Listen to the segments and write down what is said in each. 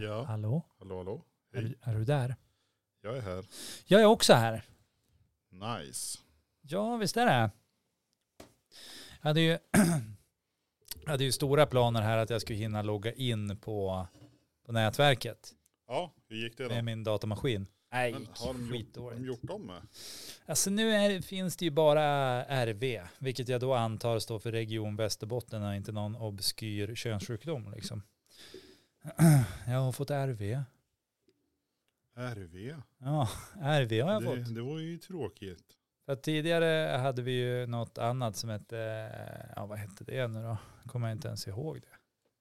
Ja. Hallå? Hallå. Hej. Är du där? Jag är här. Jag är också här. Nice. Ja, visst är det. Jag hade ju stora planer här att jag skulle hinna logga in på nätverket. Ja, hur gick det då? Med min datamaskin. Nej, Men har de gjort om med? Alltså nu finns det ju bara RV, vilket jag då antar står för Region Västerbotten och inte någon obskyr könssjukdom liksom. Jag har fått RV. RV? Ja, RV har jag fått. Det var ju tråkigt. För tidigare hade vi ju något annat som hette, ja vad hette det nu då? Kommer jag inte ens ihåg det.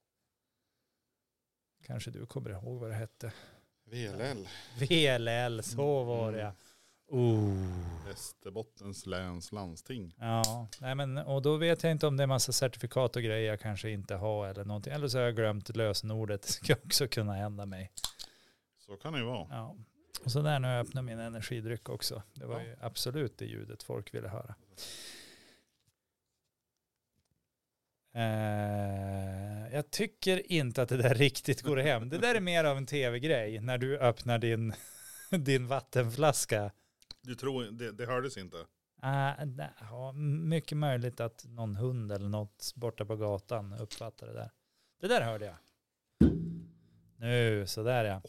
Kanske du kommer ihåg vad det hette. VLL. VLL, så var det. Västerbottens läns landsting. Ja, nej men, och då vet jag inte om det är massa certifikat och grejer jag kanske inte har eller någonting. Eller så har jag glömt lösenordet. Det ska också kunna hända mig. Så kan det ju vara. Ja. Och så där nu öppnar min energidryck också. Det var ju absolut det ljudet folk ville höra. Jag tycker inte att det där riktigt går hem. Det där är mer av en tv-grej när du öppnar din vattenflaska. Du tror, det hördes inte? Ja, mycket möjligt att någon hund eller något borta på gatan uppfattar det där. Det där hörde jag. Nu, så där ja.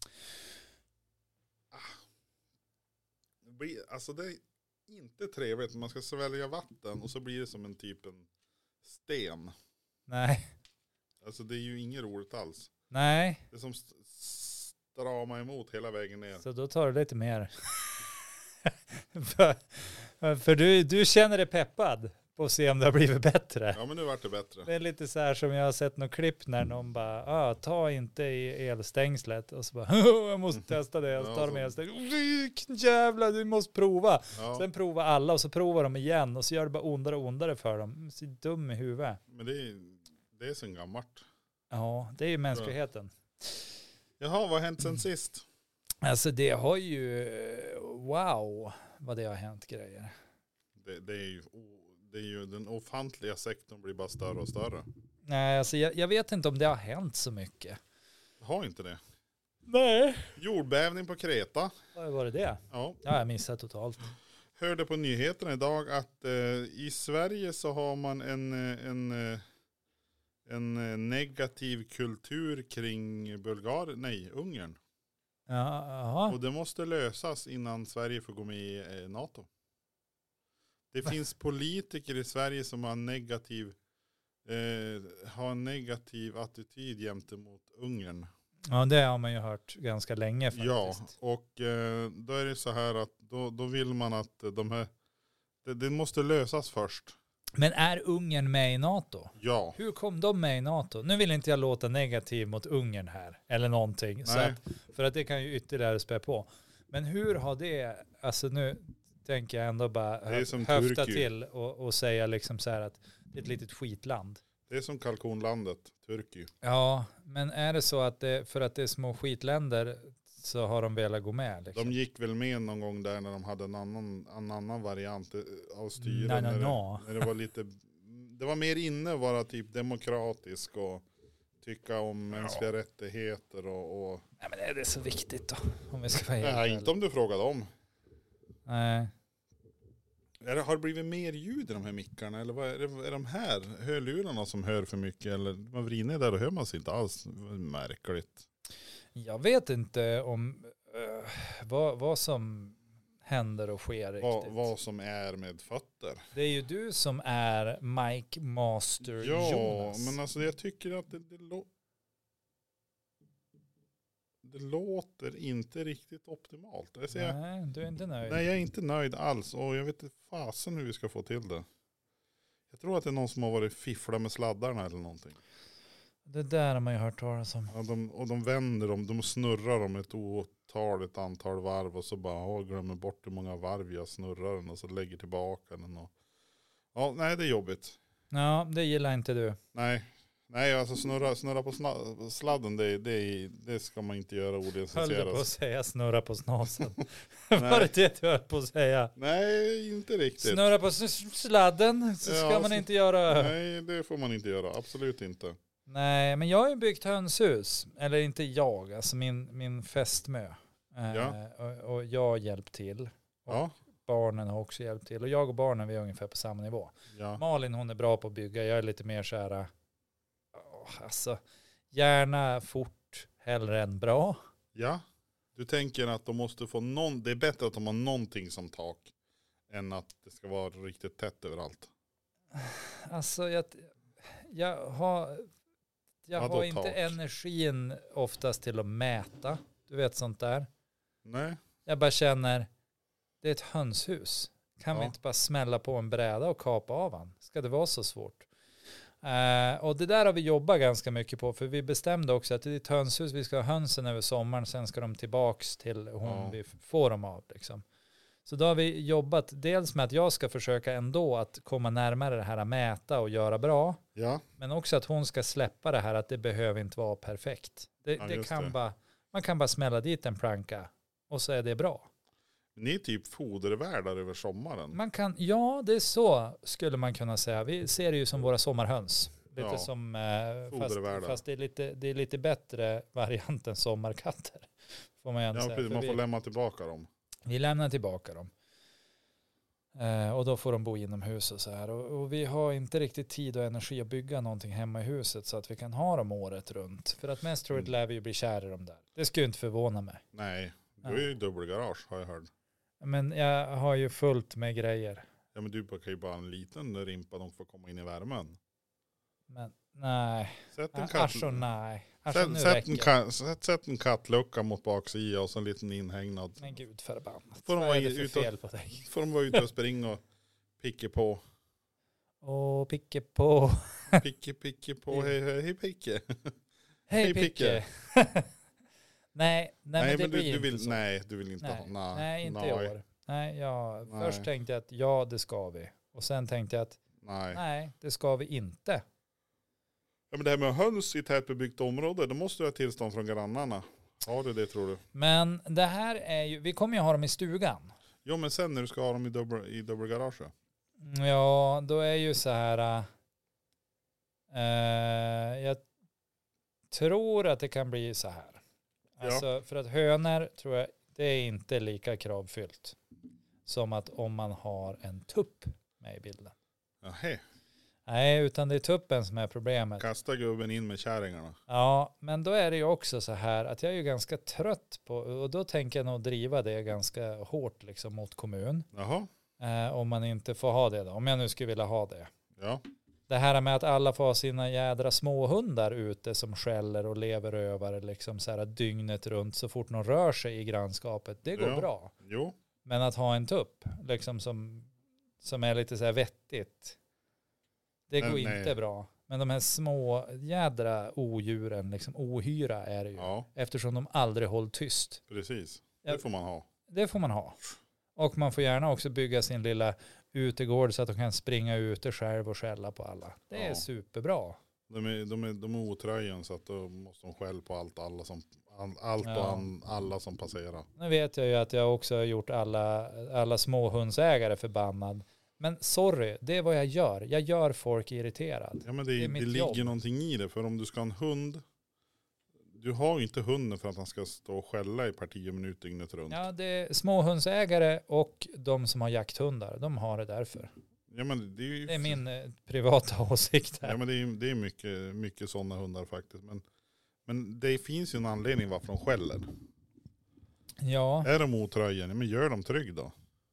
Alltså det är inte trevligt. Man ska svälja vatten och så blir det som en sten. Nej. Alltså det är ju inget roligt alls. Nej. Det är som strama emot hela vägen ner. Så då tar du lite mer. för du känner dig peppad på att se om det har blivit bättre. Ja, men nu vart det bättre. Det är lite så här som jag har sett något klipp när någon bara, ta inte i elstängslet. Och så bara, jag måste testa det. Jag tar de elstängslet. Jävlar, du måste prova. Ja. Sen provar alla och så provar de igen. Och så gör det bara ondare och ondare för dem. Så dum i huvudet. Men det är så gammalt. Ja, det är ju mänskligheten. Jaha, vad har hänt sen sist? Alltså det har ju, wow, vad det har hänt grejer. Det är ju den ofantliga sektorn blir bara större och större. Nej, alltså jag vet inte om det har hänt så mycket. Har inte det? Nej. Jordbävning på Kreta. Vad var det? Ja. Ja, jag missade totalt. Hörde på nyheterna idag att i Sverige så har man en negativ kultur kring Ungern. Ja, och det måste lösas innan Sverige får gå med i NATO. Det finns politiker i Sverige som har en negativ attityd gentemot Ungern. Ja, det har man ju hört ganska länge faktiskt. Ja, och då är det så här att då vill man att det måste lösas först. Men är Ungern med i NATO? Ja. Hur kom de med i NATO? Nu vill inte jag låta negativ mot Ungern här. Eller någonting. Så för att det kan ju ytterligare spä på. Men hur har det, alltså nu tänker jag ändå bara höfta till och säga liksom så här att det är ett litet skitland. Det är som kalkonlandet, Turkiet. Ja, men är det så att för att det är små skitländer så har de velat gå med? Liksom? De gick väl med någon gång där när de hade en annan variant av styre. När det var lite, det var mer inne att vara typ demokratisk och tycka om mänskliga rättigheter och... Nej, men är det så viktigt då? Om vi ska vara Nej, inte om du frågar dem. Nej. Har det blivit mer ljud i de här mickarna? Eller vad är de här hörlurarna som hör för mycket? Eller man vrider där och hör man sig inte alls. Märkligt. Jag vet inte om vad som händer och sker riktigt. Vad som är med fötter. Det är ju du som är Mike Master Jonas. Ja, men alltså jag tycker att det låter inte riktigt optimalt. Nej, du är inte nöjd. Nej, jag är inte nöjd alls. Och jag vet inte fasen hur vi ska få till det. Jag tror att det är någon som har varit fiffla med sladdarna eller någonting. Det där har man ju hört talas om. Ja, de vänder dem, de snurrar dem ett antal varv och så bara glömmer bort hur många varv jag snurrar den och så lägger tillbaka den. Ja, nej, det är jobbigt. Ja, det gillar inte du. Nej, alltså snurra på sladden, det ska man inte göra olicensierat. Höll du på att säga snurra på snasen? Var det du höll på att säga? Nej, inte riktigt. Snurra på sladden så ska man inte göra. Nej, det får man inte göra. Absolut inte. Nej, men jag har ju byggt hönshus. Eller inte jag, alltså min fästmö. Och jag har hjälpt till. Och barnen har också hjälpt till. Och jag och barnen, vi är ungefär på samma nivå. Ja. Malin, hon är bra på att bygga. Jag är lite mer så här, alltså gärna fort hellre än bra. Ja, du tänker att de måste få det är bättre att de har någonting som tak än att det ska vara riktigt tätt överallt. Alltså jag har inte tak? Energin oftast till att mäta. Du vet sånt där. Nej. Jag bara känner, det är ett hönshus. Kan vi inte bara smälla på en bräda och kapa av han? Ska det vara så svårt? Och det där har vi jobbat ganska mycket på. För vi bestämde också att det är ett hönshus. Vi ska ha hönsen över sommaren. Sen ska de tillbaks till hon vi får dem av. Liksom. Så då har vi jobbat dels med att jag ska försöka ändå att komma närmare det här att mäta och göra bra. Ja. Men också att hon ska släppa det här att det behöver inte vara perfekt. Man kan bara smälla dit en planka och så är det bra. Ni är typ fodervärdar över sommaren. Det är så skulle man kunna säga. Vi ser det ju som våra sommarhöns. Lite som, fast det är lite bättre variant än sommarkatter. Får man säga. Precis, man får lämna tillbaka dem. Vi lämnar tillbaka dem. Och då får de bo inomhus och så här. Och vi har inte riktigt tid och energi att bygga någonting hemma i huset så att vi kan ha dem året runt. För att mest troligt lär vi ju bli kär i dem där. Det skulle inte förvåna mig. Nej, du är ju dubbelgarage har jag hört. Men jag har ju fullt med grejer. Ja, men du kan ju bara en liten rimpa, de får komma in i värmen. Men nej. Sätt en kattlucka mot baksidan och så en liten inhägnad. Men gud förbannat. Får de vara ute och springa och picka på. Och picka på. Picka på. Hej Picke. Hej Picke. Nej, men det blir du vill inte så. Nej, du vill inte ha. Nej, inte i år. Nej, först tänkte jag att det ska vi. Och sen tänkte jag att nej, det ska vi inte. Ja, men det här med höns i tätbebyggt område, då måste du ha tillstånd från grannarna. Har du det, tror du? Men det här är ju, vi kommer ju ha dem i stugan. Jo, men sen när du ska ha dem i dubbelgarage. Ja, då är ju så här. Jag tror att det kan bli så här. Alltså, för att hönor tror jag, det är inte lika kravfyllt som att om man har en tupp med i bilden. Jahe. Nej, utan det är tuppen som är problemet. Kasta gubben in med kärringarna. Ja, men då är det ju också så här att jag är ju ganska trött på, och då tänker jag nog driva det ganska hårt liksom mot kommun. Jaha. Om man inte får ha det då, om jag nu skulle vilja ha det. Ja. Det här med att alla får ha sina jädra småhundar ute som skäller och lever över liksom så här dygnet runt så fort någon rör sig i grannskapet, det går bra. Jo. Men att ha en tupp liksom som är lite så här vettigt, det går inte bra. Men de här små jädra odjuren, liksom ohyra är det ju. Ja. Eftersom de aldrig håller tyst. Precis, det får man ha. Det får man ha. Och man får gärna också bygga sin lilla utegård så att de kan springa ute själv och skälla på alla. Det är superbra. De är otröjen så att då måste de skälla på allt alla som passerar. Nu vet jag ju att jag också har gjort alla småhundsägare förbannad. Men sorry, det är vad jag gör. Jag gör folk irriterad. Ja, men det ligger någonting i det. För om du ska ha en hund, du har ju inte hunden för att han ska stå och skälla i 10 minuter dygnet runt. Ja, det är småhundsägare och de som har jakthundar. De har det därför. Ja, men det är min privata åsikt här. Ja, men det är mycket sådana hundar faktiskt. Men det finns ju en anledning varför de skäller. Ja. Är de otröjen, men gör de trygg då?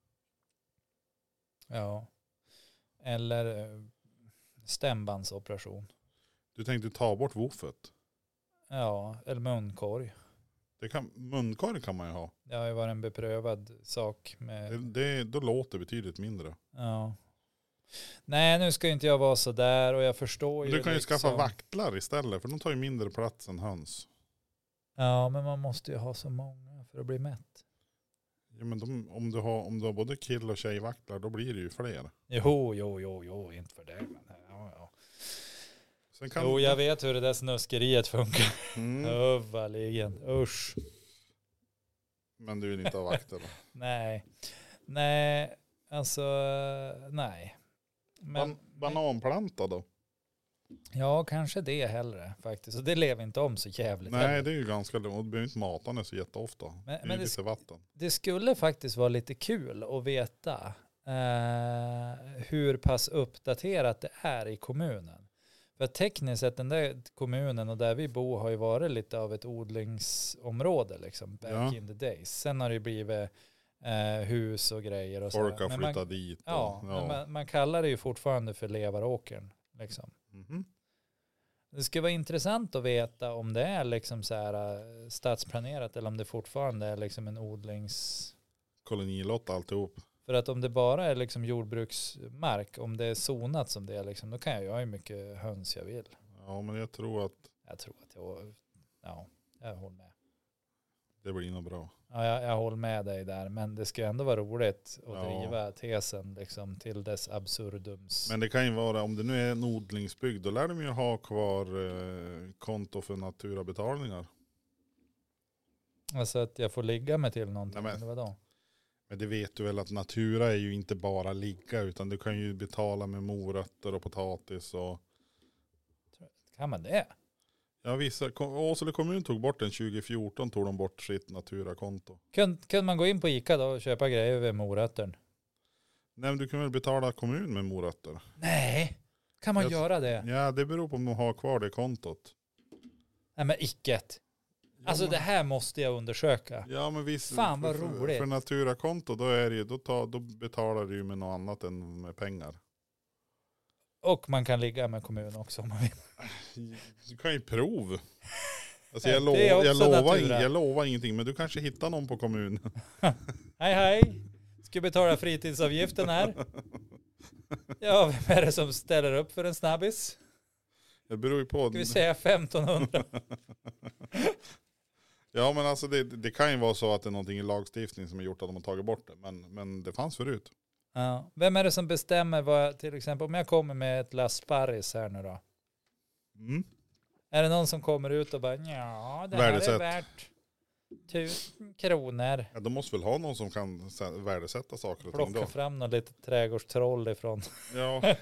Ja. Eller stämbandsoperation. Du tänkte ta bort woofet? Ja, eller munkorg. Munkorg kan man ju ha. Det har ju varit en beprövad sak. Då låter det betydligt mindre. Ja. Nej, nu ska inte jag vara så där och jag förstår ju. Du kan ju skaffa vaktlar istället för de tar ju mindre plats än höns. Ja, men man måste ju ha så många för att bli mätt. Ja, men om du har både kill- och tjejvaktlar då blir det ju fler. Jo, inte för det. Men, ja. Jag vet hur det där snuskeriet funkar. Överligen, usch. Men du vill inte ha vakter då? Nej, alltså nej. Men, bananplanta då? Ja, kanske det hellre faktiskt. Och det lever inte om så jävligt. Nej, heller. Det är ju ganska långt. Du behöver inte mata den så jätteofta. Men det är lite vatten. Det skulle faktiskt vara lite kul att veta hur pass uppdaterat det är i kommunen. För tekniskt sett den där kommunen och där vi bor har ju varit lite av ett odlingsområde liksom back in the days. Sen har det blivit hus och grejer. Och folk har flyttat dit. Men man kallar det ju fortfarande för Levaråkern. Liksom. Mm-hmm. Det skulle vara intressant att veta om det är liksom så här stadsplanerat eller om det fortfarande är liksom en kolonilott alltihop. För att om det bara är liksom jordbruksmark, om det är zonat som det är liksom, då kan jag ha hur mycket höns jag vill. Ja, men jag tror att jag håller med. Det blir nog bra. Ja, jag håller med dig där. Men det ska ändå vara roligt att driva tesen liksom, till dess absurdums. Men det kan ju vara, om det nu är en odlingsbygd, då lär de ju ha kvar konto för naturabetalningar. Alltså att jag får ligga med till någonting. Nej, eller vadå? Men det vet du väl att natura är ju inte bara ligga, utan du kan ju betala med morötter och potatis. Och... Kan man det? Ja, Åsele kommun tog bort den 2014, tog de bort sitt naturakonto. Kunde man gå in på ICA då och köpa grejer över morötter? Nej, men du kan väl betala kommun med morötter? Nej, kan man göra det? Ja, det beror på om man har kvar det kontot. Nej, men icket. Alltså det här måste jag undersöka. Ja, men visst. Fan vad roligt. För naturakonto då är det ju, då betalar du ju med något annat än med pengar. Och man kan ligga med kommunen också om man vill. Du kan ju prov. Alltså jag lovar ingenting, men du kanske hittar någon på kommunen. Hej. Ska betala fritidsavgiften här. Ja, vem är det som ställer upp för en snabbis? Det beror ju på. Ska vi säga 1500? Ja, men alltså det kan ju vara så att det är någonting i lagstiftning som har gjort att de har tagit bort det. Men det fanns förut. Ja. Vem är det som bestämmer vad, till exempel om jag kommer med ett last sparris här nu då? Mm. Är det någon som kommer ut och bara, ja det här är värt 1000 kronor. Ja, de måste väl ha någon som kan värdesätta saker och ting då. Plocka fram något litet trädgårdstroll ifrån. Ja.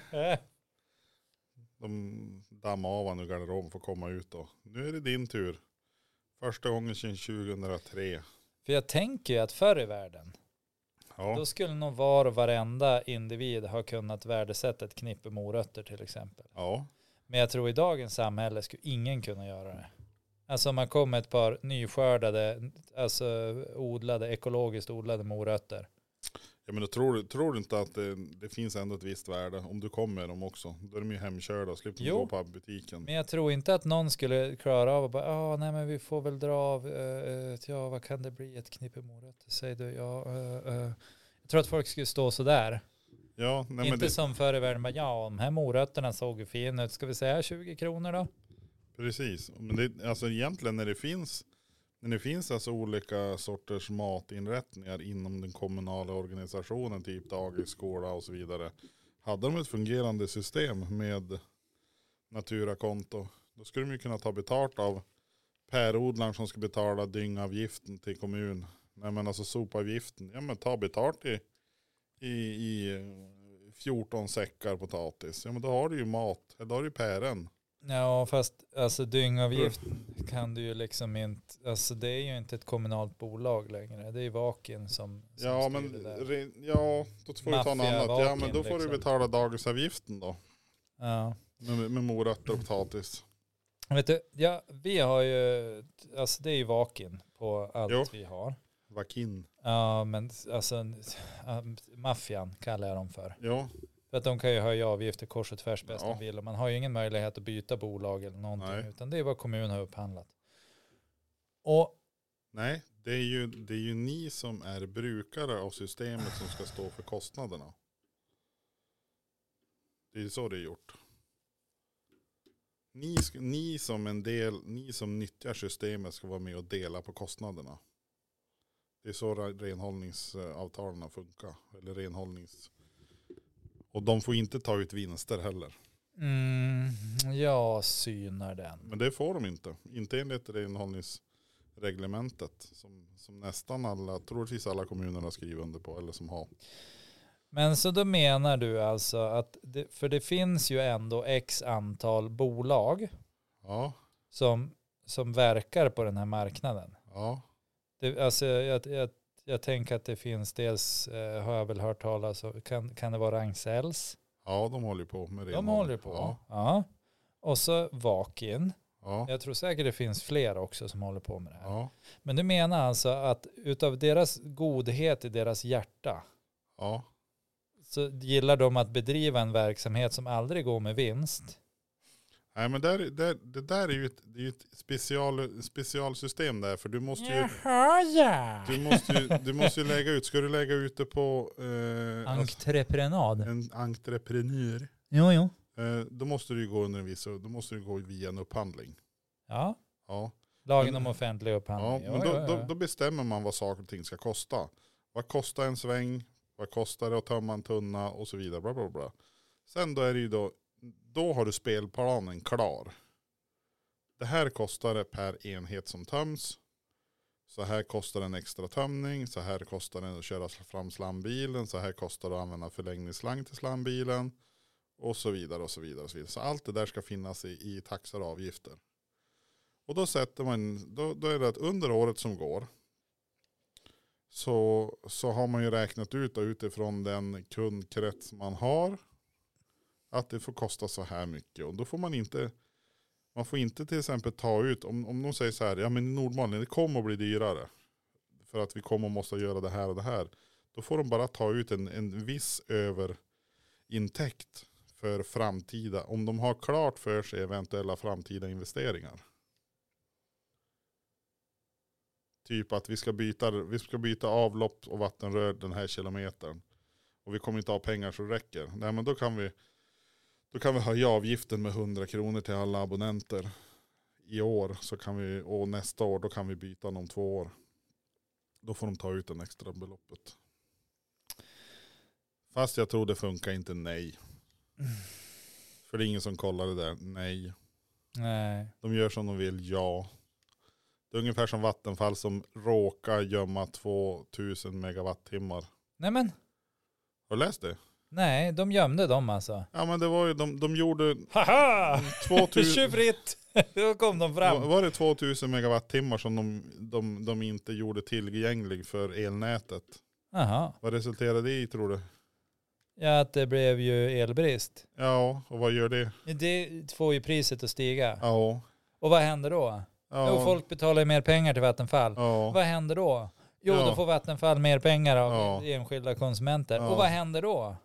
De dammar av nu garderoben får komma ut och nu är det din tur. Första gången sedan 2003. För jag tänker ju att förr i världen då skulle nog var och varenda individ ha kunnat värdesätta ett knippe morötter till exempel. Ja. Men jag tror i dagens samhälle skulle ingen kunna göra det. Alltså om man kommer med ett par nyskördade, alltså ekologiskt odlade morötter. Ja, men då tror du inte att det finns ändå ett visst värde om du kommer med dem också. Då är de ju hemkörda och slipper gå på butiken. Men jag tror inte att någon skulle klara av och bara, nej men vi får väl dra av, vad kan det bli, ett knippe morötter, säger du, jag tror att folk skulle stå så där. Ja, nej, inte som förr i världen, de här morötterna såg ju fin ut, ska vi säga 20 kronor då? Precis, men det, alltså egentligen när det finns alltså olika sorters matinrättningar inom den kommunala organisationen, typ dagis, skola och så vidare. Hade de ett fungerande system med naturakonto, då skulle de ju kunna ta betalt av pärodlaren som ska betala dyngavgiften till kommun. Nej, men alltså sopavgiften, ja men ta betalt i 14 säckar potatis. Ja men då har du ju mat, då har du ju pären. Ja, fast alltså dyngavgift kan du ju liksom inte, alltså det är ju inte ett kommunalt bolag längre. Det är ju Vaken som ja, men då får du ta något annat. Ja, men då får du betala dagisavgiften då. Ja. Med morötter och potatis. Vet du, vi har ju, alltså det är ju Vaken på allt vi har. Vakin. Ja, men alltså maffian kallar jag dem för. Ja. För att de kan ju höja avgifter kors och tvärs bäst de vill. Och man har ju ingen möjlighet att byta bolag eller någonting. Nej. Utan det är vad kommunen har upphandlat. Och nej, det är ju ni som är brukare av systemet som ska stå för kostnaderna. Det är ju så det är gjort. Ni som nyttjar systemet ska vara med och dela på kostnaderna. Det är så renhållningsavtalen funkar. Eller och de får inte ta ut vinster heller. Jag synar den. Men det får de inte. Inte enligt renhållningsreglementet. Som nästan troligtvis alla kommuner har skrivit under på. Eller som har. Men så då menar du alltså att, för det finns ju ändå x antal bolag som verkar på den här marknaden. Ja. Alltså jag tänker att det finns dels, har jag väl hört talas om, kan det vara Ragn-Sells? Ja, de håller på med det. De håller på, ja. Och så Vakin. Ja. Jag tror säkert det finns fler också som håller på med det här. Ja. Men du menar alltså att utav deras godhet i deras hjärta så gillar de att bedriva en verksamhet som aldrig går med vinst? Nej, men det där är ju ett specialsystem där, för du måste ju du måste ju lägga ut, ska du lägga ut det på entreprenad. En entreprenör. Jo. Då måste du gå under en viss, då måste du gå via en upphandling. Ja. Lagen om offentlig upphandling. Ja, men då bestämmer man vad saker och ting ska kosta. Vad kostar en sväng? Vad kostar det att tömma en tunna? Och så vidare. Bla bla bla. Sen då är det ju då har du spelplanen klar. Det här kostar det per enhet som töms. Så här kostar en extra tömning. Så här kostar det att köra fram slambilen. Så här kostar det att använda förlängningsslang till slambilen. Och så vidare och så vidare och så vidare. Så allt det där ska finnas i taxor och avgifter. Och då sätter man, då är det att under året som går så har man ju räknat ut utifrån den kundkrets man har att det får kosta så här mycket. Och då får man får inte till exempel ta ut, om de säger så här, ja men i Nordmaling det kommer att bli dyrare för att vi kommer att måste göra det här och det här. Då får de bara ta ut en viss överintäkt för framtida, om de har klart för sig eventuella framtida investeringar. Typ att vi ska byta avlopp och vattenrör den här kilometern. Och vi kommer inte ha pengar så det räcker. Nej, men då kan vi höja avgiften med 100 kronor till alla abonnenter i år. Och nästa år då kan vi byta om 2 år. Då får de ta ut en extra beloppet. Fast jag tror det funkar inte, nej. För det är ingen som kollar det där, nej. De gör som de vill, ja. Det är ungefär som Vattenfall som råkar gömma 2000 megawattimmar. Nej men. Har du läst det? Nej, de gömde dem alltså. Ja men det var ju, de gjorde... Haha! 2000... Tjuvritt! Då kom de fram. Var det 2000 megawattimmar som de inte gjorde tillgänglig för elnätet? Aha. Vad resulterade det i, tror du? Ja, att det blev ju elbrist. Ja, och vad gör det? Det får ju priset att stiga. Ja. Och vad händer då? Ja. Jo, folk betalar mer pengar till Vattenfall. Ja. Vad händer då? Jo, då får Vattenfall mer pengar av enskilda konsumenter. Ja. Och vad händer då?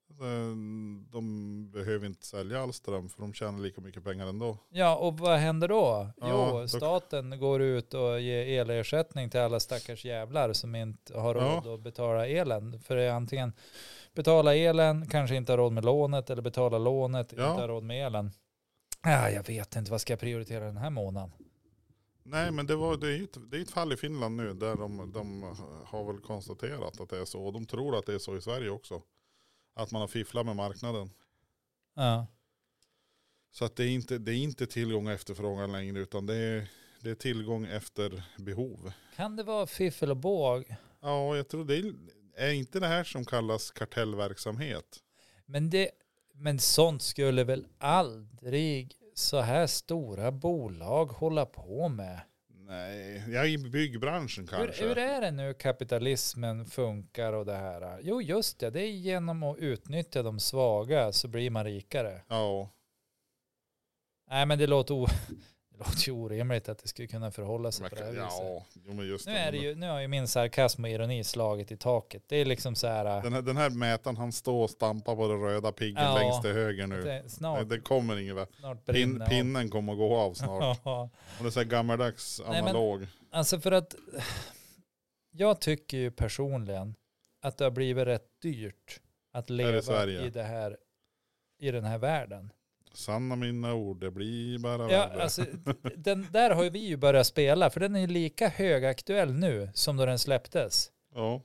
De behöver inte sälja all ström för de tjänar lika mycket pengar ändå. Ja, och vad händer då? Jo, staten går ut och ger elersättning till alla stackars jävlar som inte har råd att betala elen. För det är antingen betala elen, kanske inte har råd med lånet, eller betala lånet, inte har råd med elen. Ja, jag vet inte, vad ska jag prioritera den här månaden? Nej, men det är ett fall i Finland nu där de har väl konstaterat att det är så. Och de tror att det är så i Sverige också. Att man har fifflat med marknaden. Ja. Så att det är inte tillgång och efterfrågan längre, utan det är tillgång efter behov. Kan det vara fiffel och båg? Ja, jag tror det är inte det här som kallas kartellverksamhet. Men sånt skulle väl aldrig så här stora bolag hålla på med? Nej, jag är i byggbranschen kanske. Hur är det nu kapitalismen funkar och det här? Jo, just det. Det är genom att utnyttja de svaga så blir man rikare. Ja. Nej, men det låter ju orimligt att det skulle kunna förhålla sig på det här viset. Ja, men just nu har ju min sarkasm och ironi slagit i taket. Det är liksom så här... Den här mätaren, han står och stampar på den röda piggen längst till höger nu. Det kommer ingen väl. Pinnen kommer att gå av snart. Och det är så här gammaldags analog. Alltså för att jag tycker ju personligen att det har blivit rätt dyrt att leva i den här världen. Sanna mina ord, det blir bara värre. Alltså, där har vi ju börjat spela, för den är lika högaktuell nu som då den släpptes. Ja.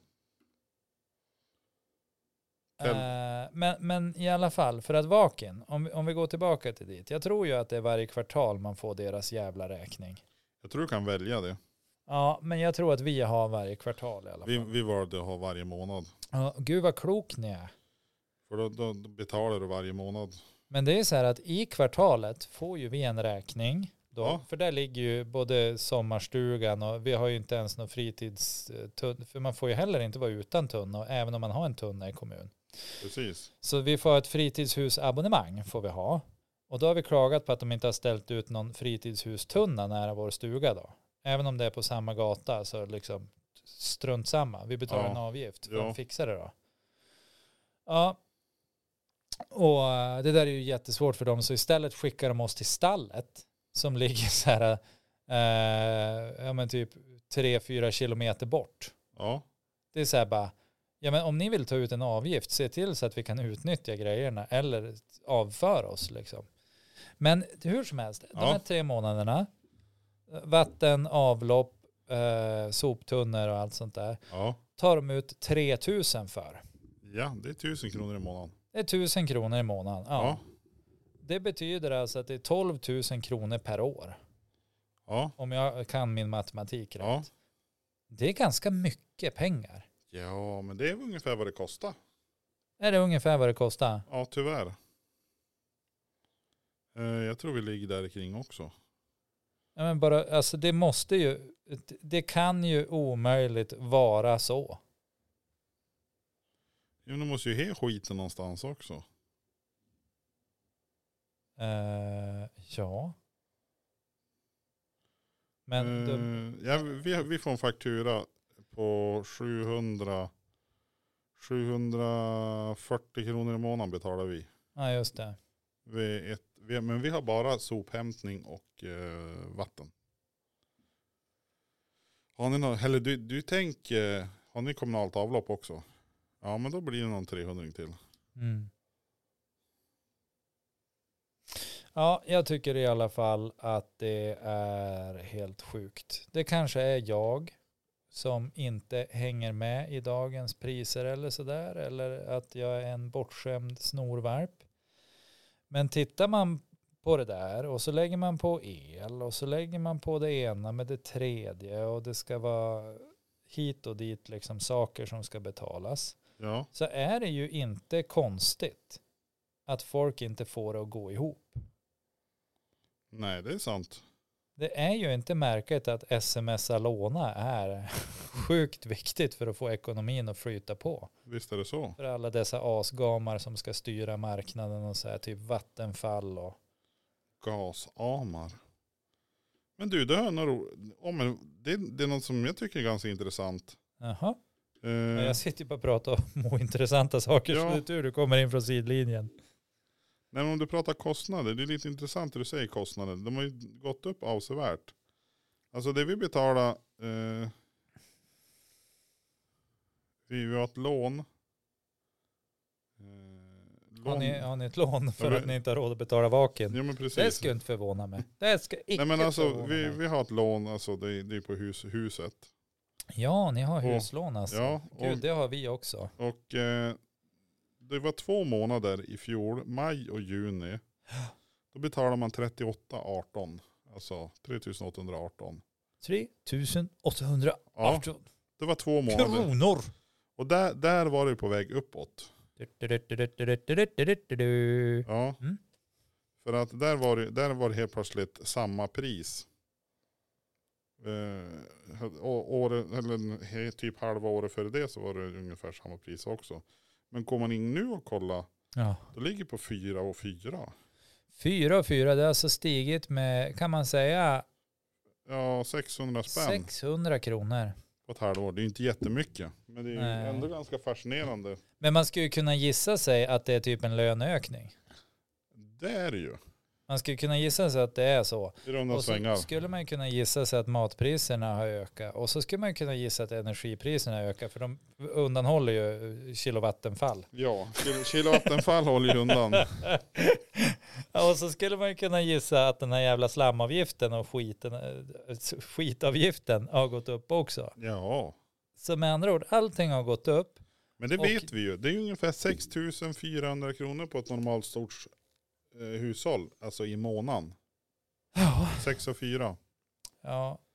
Men i alla fall, för att Vakin, om vi går tillbaka till dit. Jag tror ju att det är varje kvartal man får deras jävla räkning. Jag tror du kan välja det. Ja, men jag tror att vi har varje kvartal i alla fall. Vi valde att ha varje månad. Ja, gud vad klok ni är. För då betalar du varje månad. Men det är så här att i kvartalet får ju vi en räkning. Då, Ja. För där ligger ju både sommarstugan och vi har ju inte ens någon fritidstunna. För man får ju heller inte vara utan tunna, även om man har en tunna i kommun. Precis. Så vi får ett fritidshusabonnemang får vi ha. Och då har vi klagat på att de inte har ställt ut någon fritidshustunna nära vår stuga då. Även om det är på samma gata så liksom strunt samma. Vi betalar en avgift för att fixa det då. Ja. Och det där är ju jättesvårt för dem. Så istället skickar de oss till stallet som ligger så här ja men typ 3-4 kilometer bort. Ja. Det är så här bara, ja men om ni vill ta ut en avgift, se till så att vi kan utnyttja grejerna eller avföra oss liksom. Men hur som helst, de här 3 månaderna, vatten, avlopp, soptunnor och allt sånt där, tar de ut 3 000 för. Ja, det är 1000 kronor i månaden. Det är 1000 kronor i månaden, ja. Det betyder alltså att det är 12 000 kronor per år. Ja. Om jag kan min matematik rätt. Ja. Det är ganska mycket pengar. Ja, men det är ungefär vad det kostar. Är det ungefär vad det kostar? Ja, tyvärr. Jag tror vi ligger där kring också. Ja, men bara, alltså det kan ju omöjligt vara så. Jo, du måste ju ha skiten någonstans också. Ja. Men vi får en faktura på 740 kronor i månaden betalar vi. Ja, just det. Men vi har bara sophämtning och vatten. Har ni eller du tänker, har ni kommunalt avlopp också? Ja, men då blir det någon 300 till. Mm. Ja, jag tycker i alla fall att det är helt sjukt. Det kanske är jag som inte hänger med i dagens priser eller sådär. Eller att jag är en bortskämd snorvarp. Men tittar man på det där och så lägger man på el och så lägger man på det ena med det tredje och det ska vara hit och dit liksom saker som ska betalas. Ja. Så är det ju inte konstigt att folk inte får det att gå ihop. Nej, det är sant. Det är ju inte märkligt att smsa-låna är sjukt viktigt för att få ekonomin att flyta på. Visst är det så. För alla dessa asgamar som ska styra marknaden och så här, typ Vattenfall och... Gasamar. Men du, det är något som jag tycker är ganska intressant. Jaha. Jag sitter ju bara och pratar om ointressanta saker så det är tur du kommer in från sidlinjen. Nej, men om du pratar kostnader, det är lite intressant hur du säger kostnader. De har ju gått upp avsevärt. Alltså det vi betalar, vi har ett lån. Har ni ett lån för att ni inte har råd att betala vaken? Ja, men precis. Det ska inte förvåna mig. Det ska inte. Nej, men alltså vi har ett lån, alltså det är på huset. Ja, ni har huslån alltså. Ja, Gud, det har vi också. Och det var 2 månader i fjol, maj och juni. Då betalar man 38,18. Alltså 3818. 3818. Ja, det var 2 månader. Kronor. Och där var det på väg uppåt. Ja. Mm. För att där var det helt plötsligt samma pris. Eller typ halva året före det så var det ungefär samma pris också. Men kommer man in nu och kolla, då ligger på 4,4. 4,4, det har alltså stigit med, kan man säga, 600 spänn. 600 kronor. På ett halvår. Det är inte jättemycket. Men det är ju ändå ganska fascinerande. Men man skulle ju kunna gissa sig att det är typ en löneökning. Det är det ju. Man skulle kunna gissa sig att det är så. I runda och så svängar. skulle man kunna gissa sig att matpriserna har ökat. Och så skulle man kunna gissa att energipriserna ökar. För de undanhåller ju kilowattenfall. Ja, kilowattenfall håller ju undan. Och så skulle man kunna gissa att den här jävla slamavgiften och skitavgiften har gått upp också. Ja. Så med andra ord, allting har gått upp. Men det vet vi ju. Det är ungefär 6 400 kronor på ett normalt stort hushåll. Alltså i månaden. Ja. 6 och 4. Ja,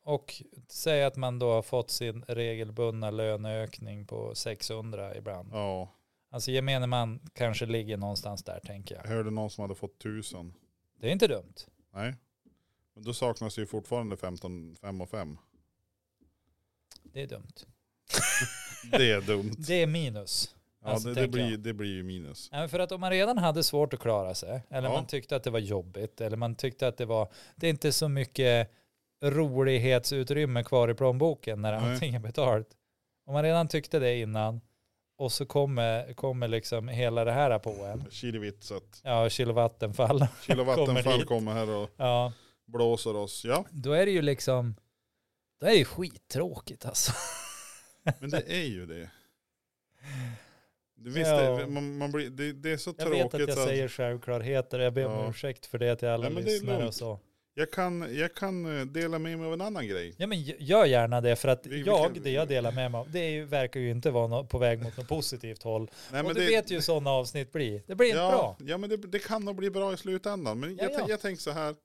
Och säg att man då har fått sin regelbundna löneökning på 600 ibland. Ja. Alltså gemene man kanske ligger någonstans där, tänker jag. Jag hörde någon som hade fått 1000. Det är inte dumt. Nej. Men då saknas ju fortfarande 15, 5 och 5. Det är dumt. Det är dumt. Det är minus. Ja, alltså, det blir ju minus. Ja, för att om man redan hade svårt att klara sig, eller man tyckte att det var jobbigt, eller man tyckte att det är inte så mycket rolighetsutrymme kvar i plånboken när allting är betalt. Om man redan tyckte det innan, och så kommer liksom hela det här på en. Kilowitset. Ja, kilowattenfall. Kilowattenfall kommer här och blåser oss. Ja. Då är det ju liksom, då är det ju skittråkigt alltså. Men det är ju det. Visst, man blir, det är så tråkigt. Jag vet att jag säger självklarheter. Jag ber om ursäkt för det till alla lyssnare och så. Jag kan dela med mig av en annan grej. Ja, men gör gärna det, för att det jag delar med mig av, verkar ju inte vara på väg mot något positivt håll. Nej, och du vet ju sådana avsnitt blir. Det blir inte bra. Ja, men det kan nog bli bra i slutändan. Men jag tänker så här.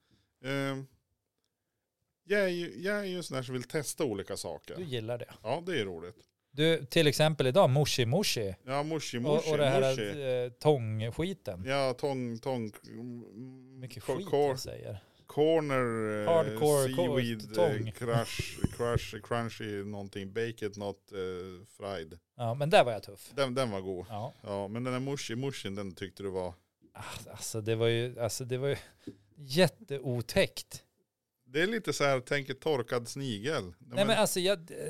Jag är ju en sån där som vill testa olika saker. Du gillar det. Ja, det är roligt. Du, till exempel idag, moshi. Ja, moshi. Och det här tångskiten. Ja, tång. Mycket skit jag säger. Corner, hardcore, seaweed, crunchy, någonting, baked, not fried. Ja, men där var jag tuff. Den var god. Ja, men den där mushin, den tyckte du var... Alltså det var ju jätteotäckt. Det är lite så här, tänker torkad snigel. Nej, men alltså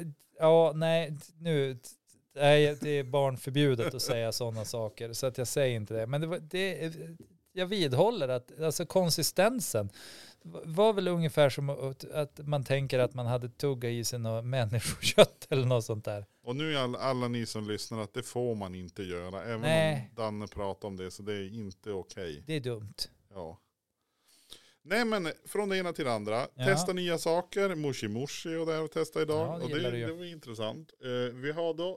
det är barnförbjudet att säga sådana saker, så att jag säger inte det. Men jag vidhåller att alltså konsistensen var väl ungefär som att man tänker att man hade tuggat i sig något människokött eller något sånt där. Och nu är alla ni som lyssnar att det får man inte göra. Även om Danne pratar om det, så det är inte okej. Det är dumt. Ja. Nej, men från det ena till det andra. Ja. Testa nya saker. Moshi och det här att testa idag. Ja, och det var intressant. Vi har då...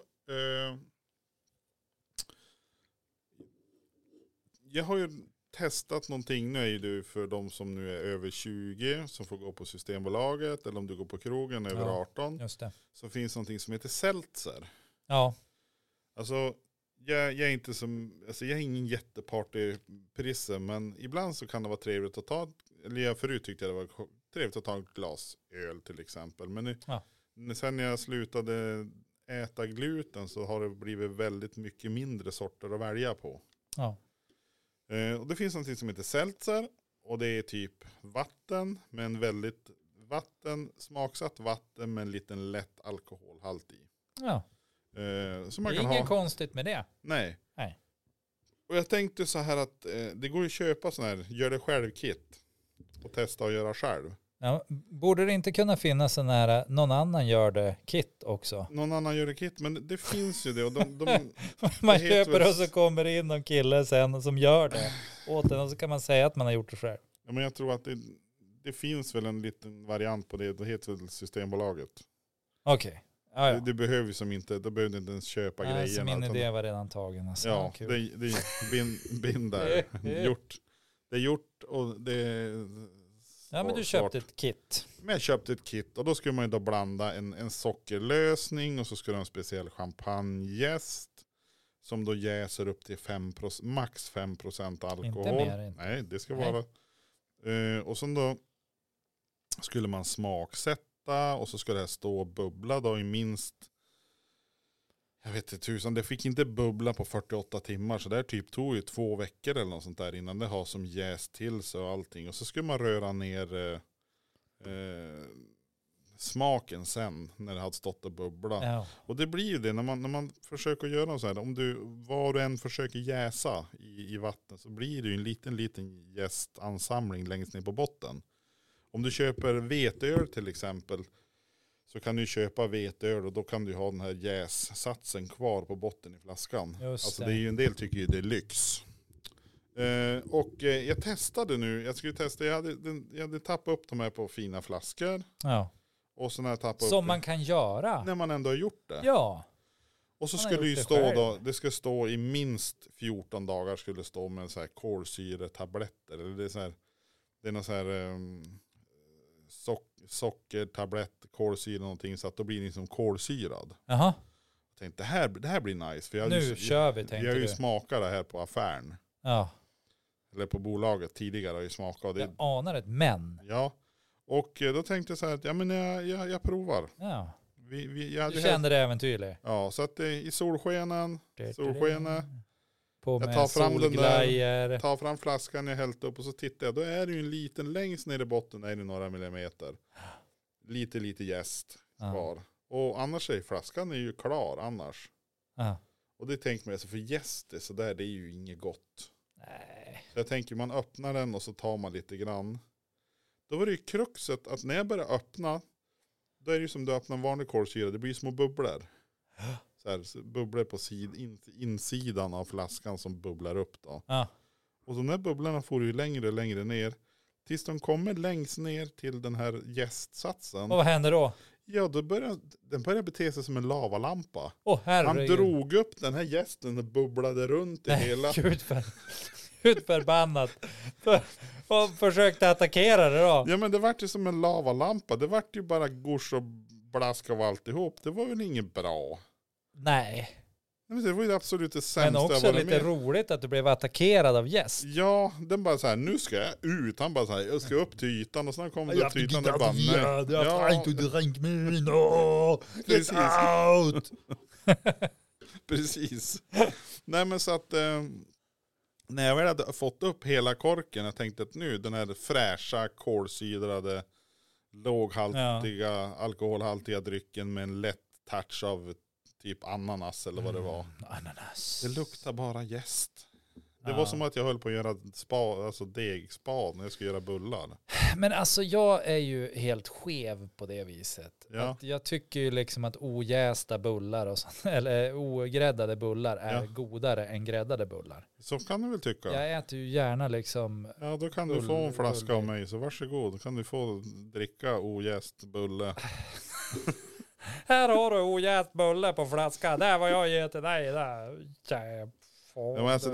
jag har ju testat någonting. Nu är ju du för de som nu är över 20 som får gå på Systembolaget, eller om du går på krogen över 18. Just det. Så finns någonting som heter seltzer. Ja. Alltså jag är inte som, alltså jag är ingen jättepartyprisse, men ibland så kan det vara trevligt att ta, eller förut tyckte jag det var trevligt att ta ett glas öl till exempel. Men nu, sen jag slutade äta gluten så har det blivit väldigt mycket mindre sorter att välja på. Ja. Och det finns något som heter seltzer, och det är typ vatten med en väldigt smaksatt vatten med en liten lätt alkoholhalt i. Ja. Så man det är kan inget konstigt med det. Nej. Och jag tänkte så här att det går att köpa sån här gör det själv-kit och testa att göra själv. Ja, borde det inte kunna finnas en här någon annan gör det kit också? Någon annan gör det kit, men det finns ju det. Och man köper och så kommer det in någon kille sen som gör det åt en, och så kan man säga att man har gjort det själv. Ja, men jag tror att det finns väl en liten variant på det. Det heter väl Systembolaget. Okej. Ja. Det behöver som inte, då behöver du inte ens köpa grejerna. Så min idé var redan tagen. Alltså. Ja, det är bind där. Gjort. Det är gjort och det är... Ja, men du köpte ett kit. Men jag köpte ett kit, och då skulle man ju då blanda en sockerlösning, och så skulle de ha en speciell champagnejäst som då jäser upp till max 5% alkohol. Inte mer. Nej, det ska vara. Och sen då skulle man smaksätta, och så skulle det stå och bubbla då i minst, jag vet inte tusan, det fick inte bubbla på 48 timmar, så det typ tog ju 2 veckor eller något sånt där innan det har som jäst till sig och allting. Och så skulle man röra ner smaken sen när det hade stått och bubbla. Ja. Och det blir ju det när man försöker göra så här, om var du än försöker jäsa i vatten, så blir det ju en liten jästansamling längst ner på botten. Om du köper veteöl till exempel, så kan du köpa veteöl, och då kan du ha den här jässatsen kvar på botten i flaskan. Alltså det är ju en del tycker ju det är lyx. Och jag testade nu, jag hade tappat upp de här på fina flaskor. Ja. Och så när jag tappade som upp man kan göra. När man ändå har gjort det. Ja. Och så skulle det ju stå då, det ska stå i minst 14 dagar skulle det stå med så här kolsyretabletter. Eller det är så här, det är någon så här socker, tablett, kolsyra någonting så att då blir den som kolsyrad. Jaha. Jag tänkte det här blir nice. För nu kör vi, tänkte jag har ju smakat det här på affären. Ja. Eller på bolaget tidigare har jag smakat. Det. Jag anar ett men. Ja. Och då tänkte jag så här att jag provar. Ja. Du kände det äventyrligt. Ja, så att i solskenen. På jag tar fram tar fram flaskan, jag hällt upp och så tittar jag. Då är det ju en liten, längst ner i botten är det några millimeter. Lite jäst kvar. Och annars är flaskan är ju klar annars. Och det tänker man alltså, för jäst så där, det är ju inget gott. Nej. Så jag tänker man öppnar den och så tar man lite grann. Då var det ju kruxet att när jag börjar öppna, då är det ju som du öppnar en vanlig kolsyra, det blir små bubblor. Så här, bubblor på insidan av flaskan som bubblar upp då. Och de där bubblorna får ju längre och längre ner. Tills de kommer längst ner till den här jästsatsen. Och vad händer då? Ja, då den börjar bete sig som en lavalampa. Han drog upp den här jästen och bubblade runt i hela. Gud förbannat. Och försökte attackera det då. Ja, men det vart ju som en lavalampa. Det vart ju bara gors och blask av alltihop. Det var väl inget bra. Nej. Men det var ju absolut det sämsta. Men också lite roligt att du blev attackerad av gäst. Ja, den bara så här, nu ska jag ut. Han bara så här, jag ska upp till ytan. Och sen kommer du till ytan och bara, Precis. Precis. Nej, men så att när jag väl hade fått upp hela korken, jag tänkte att nu den här fräscha, kolsydrade, låghaltiga, alkoholhaltiga drycken med en lätt touch av typ ananas eller vad det var. Ananas. Det luktar bara jäst. Det var som att jag höll på att göra degspad när jag ska göra bullar. Men alltså jag är ju helt skev på det viset. Ja. Att jag tycker ju liksom att ojästa bullar och sånt, eller ogräddade bullar är godare än gräddade bullar. Så kan du väl tycka. Jag äter ju gärna liksom. Ja, då kan du få en flaska av mig, så varsågod. Då kan du få dricka ojäst bulle. Här har du ojäst bulle på flaska. Där var jag ger till dig. Där. Ja, men alltså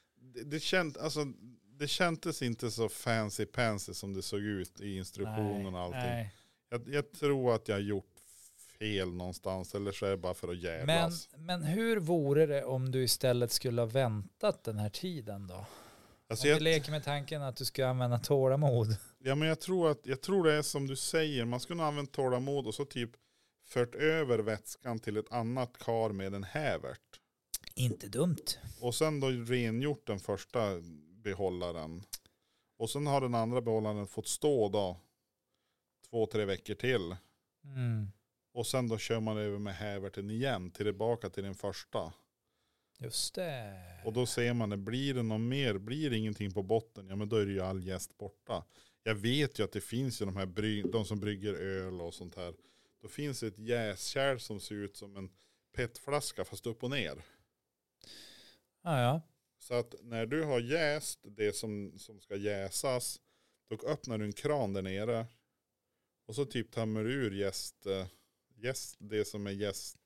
det kändes inte så fancy som det såg ut i instruktionen och allting. Nej. Jag tror att jag har gjort fel någonstans, eller så är det bara för att jävlas. Men hur vore det om du istället skulle ha väntat den här tiden då? Alltså om vi leker med tanken att du ska använda tålamod. Ja, men jag tror det är som du säger. Man skulle använda tålamod och så typ fört över vätskan till ett annat kar med en hävert. Inte dumt. Och sen då rengjort den första behållaren. Och sen har den andra behållaren fått stå då 2-3 veckor till. Och sen då kör man över med häverten igen tillbaka till den första. Just det. Och då ser man, det blir det någon mer, blir det ingenting på botten, ja men då är det ju all jäst borta. Jag vet ju att det finns ju de som brygger öl och sånt här. Då finns ett jäskärl som ser ut som en petflaska fast upp och ner. Ja. Så att när du har jäst det som ska jäsas, då öppnar du en kran där nere. Och så typ tömmer du ur det som är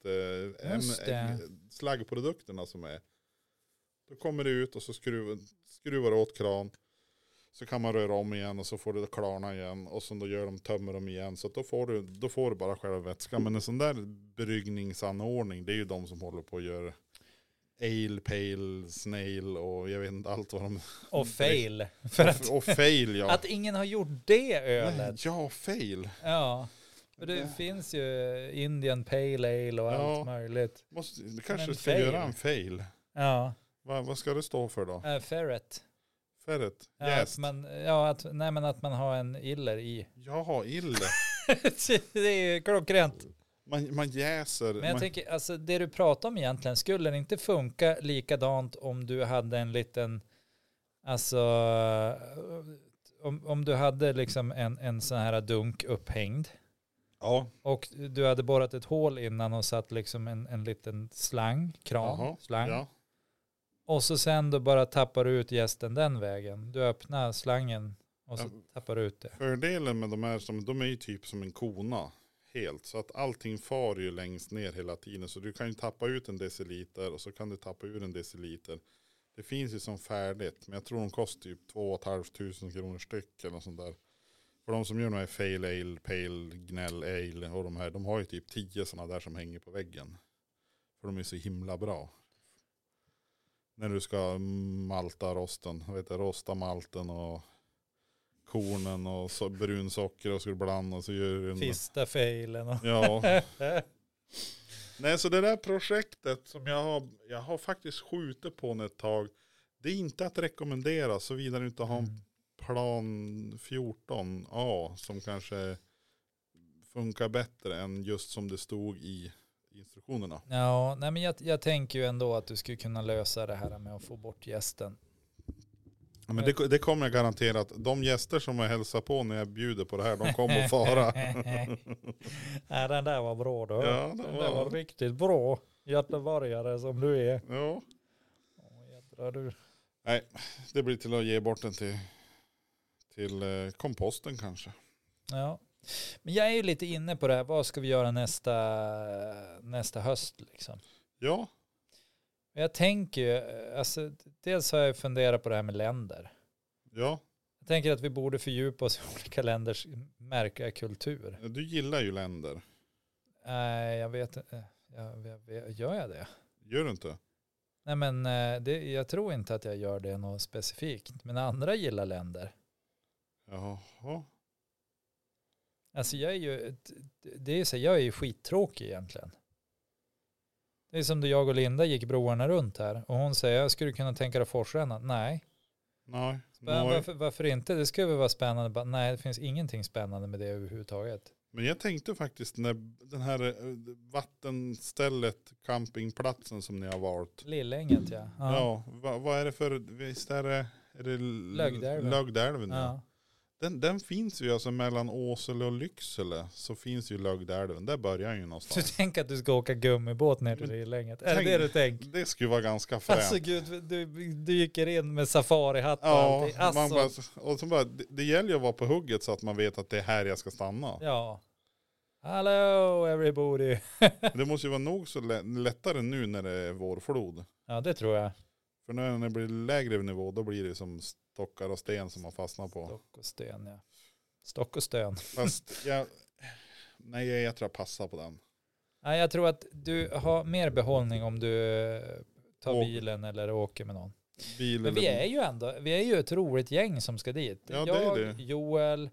slaggprodukterna som är. Då kommer det ut och så skruvar åt kran. Så kan man röra om igen och så får det klarna igen. Och så då tömmer de igen. Så att då får du bara själva vätskan. Men en sån där bryggningsanordning, det är ju de som håller på att göra ale, pale, snail och jag vet inte allt vad de... Och fail. Och fail, ja. Att ingen har gjort det ölet. Ja, fail. Ja. För det finns ju Indian pale ale och allt möjligt. Det kanske ska göra en fail. Ja. Vad ska det stå för då? Ferret. Ferret? Yes. Att man har en iller i. Jaha, iller. Det är ju klockrent. Man jäser. Men jag tänker, alltså det du pratar om egentligen, skulle det inte funka likadant om du hade en liten, alltså om du hade liksom en sån här dunk upphängd. Ja. Och du hade borrat ett hål innan och satt liksom en liten slang. Ja. Och så sen då bara tappar du ut jästen den vägen. Du öppnar slangen och så tappar du ut det. Fördelen med de är ju typ som en kona. Helt. Så att allting far ju längst ner hela tiden. Så du kan ju tappa ut en deciliter och så kan du tappa ur en deciliter. Det finns ju som färdigt. Men jag tror de kostar typ 2 500 kronor styck eller sånt där. För de som gör de här fail ale, pale, gnäll ale och de här, de har ju typ 10 sådana där som hänger på väggen. För de är så himla bra. När du ska malta rosten, rosta malten och kornen och så brunsocker och så blanda och så gör du Fista failen. Och ja. Nej, så det där projektet som jag har faktiskt skjutit på ett tag, det är inte att rekommendera så vidare du inte har en plan 14A som kanske funkar bättre än just som det stod i instruktionerna. Ja, nej men jag tänker ju ändå att du skulle kunna lösa det här med att få bort gästen. Ja, men det kommer jag garanterat. De gäster som jag hälsar på när jag bjuder på det här, de kommer att fara. Nej, den där var bra då. Ja, den där var riktigt bra. Göteborgare som du är. Ja. Jädrar du. Nej, det blir till att ge bort den till komposten kanske. Ja. Men jag är ju lite inne på det här. Vad ska vi göra nästa höst liksom? Ja. Jag tänker ju, alltså, dels har jag funderat på det här med länder. Ja. Jag tänker att vi borde fördjupa oss i olika länders märkliga kultur. Du gillar ju länder. Nej, jag vet inte. Gör jag det? Gör du inte? Nej, men jag tror inte att jag gör det något specifikt. Men andra gillar länder. Jaha. Alltså jag är ju skittråkig egentligen. Det är som då jag och Linda gick broarna runt här. Och hon säger, jag skulle kunna tänka dig forsränna. Nej. Varför inte? Det skulle väl vara spännande. Nej, det finns ingenting spännande med det överhuvudtaget. Men jag tänkte faktiskt när den här vattenstället, campingplatsen som ni har valt. Lillänget, ja. Ja, vad är det för, visst är det Lögdälven. Ja. Den finns ju alltså mellan Åsele och Lycksele, så finns ju Lögdälven. Där börjar ju någonstans. Du tänker att du ska åka gummibåt ner till Lillänget? Är det du tänker? Det skulle vara ganska fränt. Alltså gud, du gick in med safarihatt och allting. Alltså. Och så bara, det gäller ju att vara på hugget så att man vet att det är här jag ska stanna. Ja. Hello everybody. Det måste ju vara nog så lättare nu när det är vårflod. Ja, det tror jag. För när det blir lägre nivå, då blir det som stockar och sten som man fastnar på. Stock och sten, ja. Stock och stön. Fast jag tror jag passar på den. Nej, jag tror att du har mer behållning om du tar bilen eller åker med någon. Men vi är ju ett roligt gäng som ska dit. Ja, jag, det är det. Joel,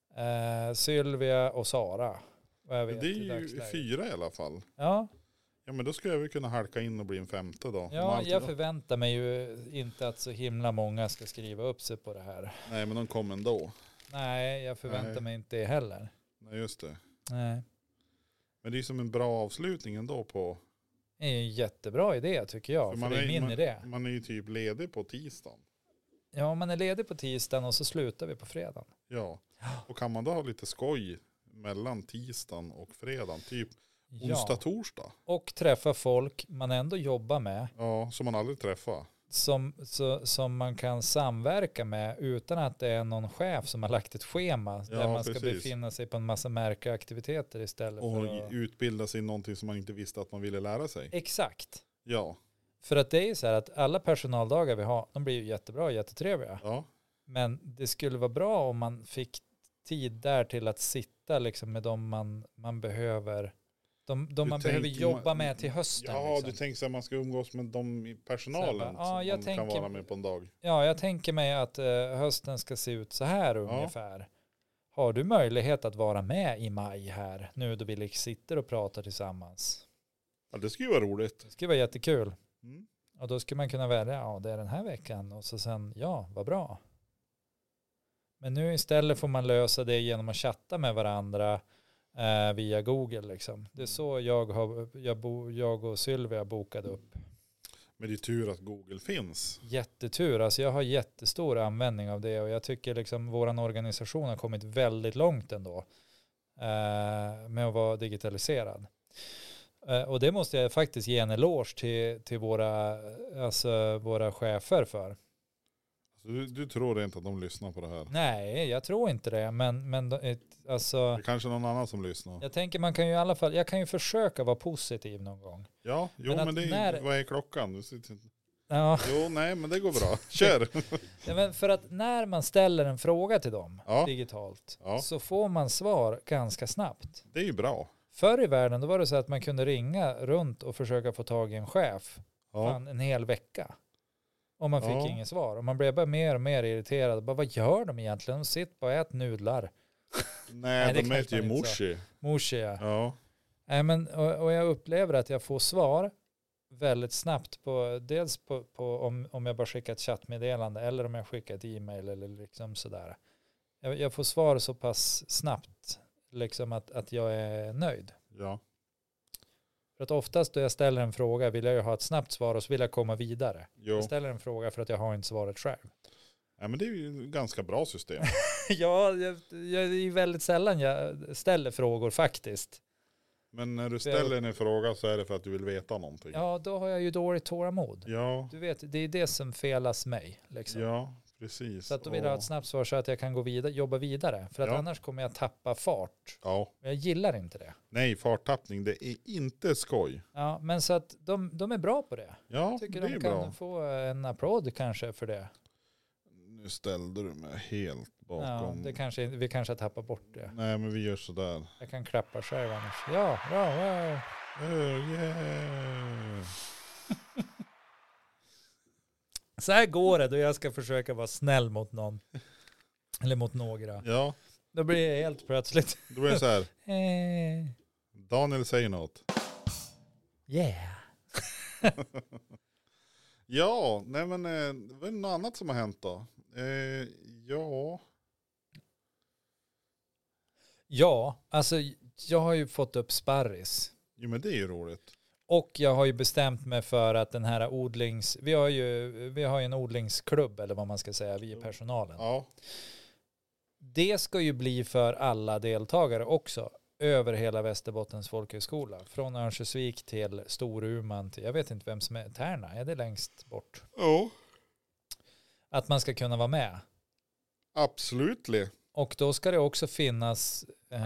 Sylvia och Sara. Det är ju 4 i alla fall. Ja. Ja, men då skulle jag väl kunna halka in och bli en 5:e då. Ja, jag förväntar mig ju inte att så himla många ska skriva upp sig på det här. Nej, men de kommer ändå. Nej, jag förväntar mig inte det heller. Nej, just det. Nej. Men det är som en bra avslutning ändå på... Det är en jättebra idé tycker jag, för det är min idé. Man är ju typ ledig på tisdagen. Ja, man är ledig på tisdagen och så slutar vi på fredagen. Ja, och kan man då ha lite skoj mellan tisdagen och fredagen, typ onsdag, torsdag. Och träffa folk man ändå jobbar med. Ja, som man aldrig träffar. Som man kan samverka med utan att det är någon chef som har lagt ett schema där man ska befinna sig på en massa märkliga aktiviteter istället. Och för att utbilda sig i någonting som man inte visste att man ville lära sig. Exakt. Ja. För att det är ju så här att alla personaldagar vi har, de blir ju jättebra och jättetrevliga. Ja. Men det skulle vara bra om man fick tid där till att sitta liksom med dem man behöver. De man behöver jobba med till hösten. Ja, liksom. Du tänker att man ska umgås med dem i personalen som kan vara med på en dag. Ja, jag tänker mig att hösten ska se ut så här ungefär. Har du möjlighet att vara med i maj här nu då vi sitter och pratar tillsammans? Ja, det skulle vara roligt. Det skulle vara jättekul. Mm. Och då skulle man kunna välja, det är den här veckan. Och så sen, vad bra. Men nu istället får man lösa det genom att chatta med varandra via Google liksom. Det är så jag och Sylvia bokade upp. Men det är tur att Google finns. Jättetur, alltså jag har jättestor användning av det och jag tycker liksom våran organisation har kommit väldigt långt ändå med att vara digitaliserad. Och det måste jag faktiskt ge en eloge till våra chefer för. Du tror inte att de lyssnar på det här? Nej, jag tror inte det. Men alltså... Det är kanske någon annan som lyssnar. Jag tänker man kan ju i alla fall... Jag kan ju försöka vara positiv någon gång. Ja, men vad är klockan? Ja. Jo, nej, men det går bra. Kör! Ja, men för att när man ställer en fråga till dem digitalt så får man svar ganska snabbt. Det är ju bra. Förr i världen då var det så att man kunde ringa runt och försöka få tag i en chef en hel vecka. Och man fick inget svar. Och man blev bara mer och mer irriterad. Bara, vad gör de egentligen? De sitter bara och äter nudlar. Nej, de äter ju mochi. Mochi, ja. Nej, men, och jag upplever att jag får svar väldigt snabbt på dels på om jag bara skickar ett chattmeddelande eller om jag skickar ett e-mail eller liksom sådär. Jag får svar så pass snabbt liksom att jag är nöjd. Ja. För att oftast då jag ställer en fråga vill jag ju ha ett snabbt svar och så vill jag komma vidare. Jo. Jag ställer en fråga för att jag har inte svaret själv. Ja, men det är ju ett ganska bra system. Ja, jag är ju väldigt sällan jag ställer frågor faktiskt. Men när du ställer en fråga så är det för att du vill veta någonting. Ja, då har jag ju dåligt tålamod. Ja. Du vet, det är det som felas mig. Liksom. Ja, precis. Så att då vill jag ha ett snabbt svar så att jag kan gå vidare, jobba vidare. För att annars kommer jag tappa fart. Ja. Jag gillar inte det. Nej, farttappning, det är inte skoj. Ja, men så att de är bra på det. Ja, jag tycker det är de bra. Kan få en applåd kanske för det. Nu ställde du mig helt bakom. Ja, vi kanske har tappat bort det. Nej, men vi gör sådär. Jag kan klappa själv annars. Ja, bra. Wow. Yeah. Så här går det då jag ska försöka vara snäll mot någon. Eller mot några. Ja. Då blir det helt plötsligt. Då blir det så här. Daniel säger något. Yeah. Ja, nej men vad är det något annat som har hänt då? Ja. Ja, alltså jag har ju fått upp sparris. Jo, men det är ju roligt. Och jag har ju bestämt mig för att den här vi har ju en odlingsklubb eller vad man ska säga, vi är personalen. Ja. Det ska ju bli för alla deltagare också. Över hela Västerbottens folkhögskola. Från Örnsköldsvik till Storuman till, jag vet inte vem som är Tärna. Är det längst bort? Ja. Att man ska kunna vara med. Absolut. Och då ska det också finnas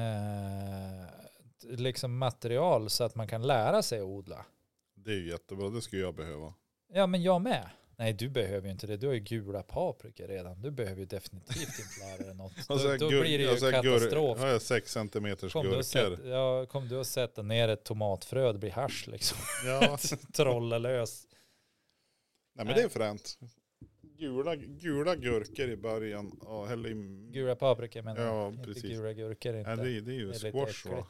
liksom material så att man kan lära sig att odla. Det är ju jättebra, det skulle jag behöva. Ja, men jag med. Nej, du behöver ju inte det. Du har ju gula paprika redan. Du behöver ju definitivt inte lära dig något. Då blir det ju katastrof. Har jag 6 centimeters gurkor. Kom du att sätta ner ett tomatfrö, det blir hasch liksom. Ja. Trollalös. Nej, men det är fränt. Gula gurkor i början. Gula paprika menar jag. Ja, inte precis. Gula gurkor inte. Ja, det är ju squash va?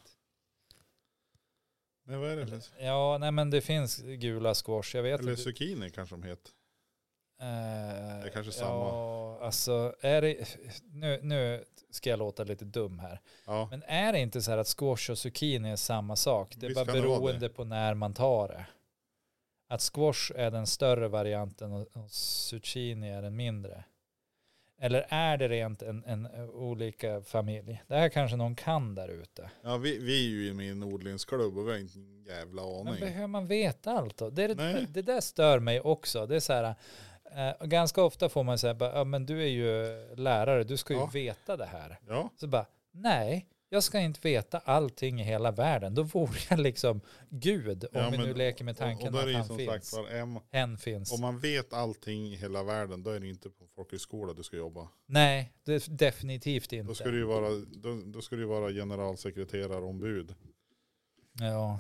Nej, vad är det? Ja, nej men det finns gula squash. Jag vet eller zucchini kanske de heter. Det är kanske samma. Ja, alltså är det, nu ska jag låta lite dum här. Ja. Men är det inte så här att squash och zucchini är samma sak? Det är bara beroende på när man tar det. Att squash är den större varianten och zucchini är den mindre. Eller är det rent en olika familj? Det här kanske någon kan där ute. Ja, vi är ju i min odlingsklubb och vi har inte en jävla aning. Men behöver man veta allt då? Det där stör mig också. Det är så här, ganska ofta får man säga, ja, men du är ju lärare, du ska ju veta det här. Ja. Så bara, nej, jag ska inte veta allting i hela världen. Då vore jag liksom Gud, om vi nu leker med tanken att han finns. Hen finns. Om man vet allting i hela världen, då är det inte på folkhögskola du ska jobba. Nej, definitivt inte. Då ska det ju vara generalsekreterarombud. Ja.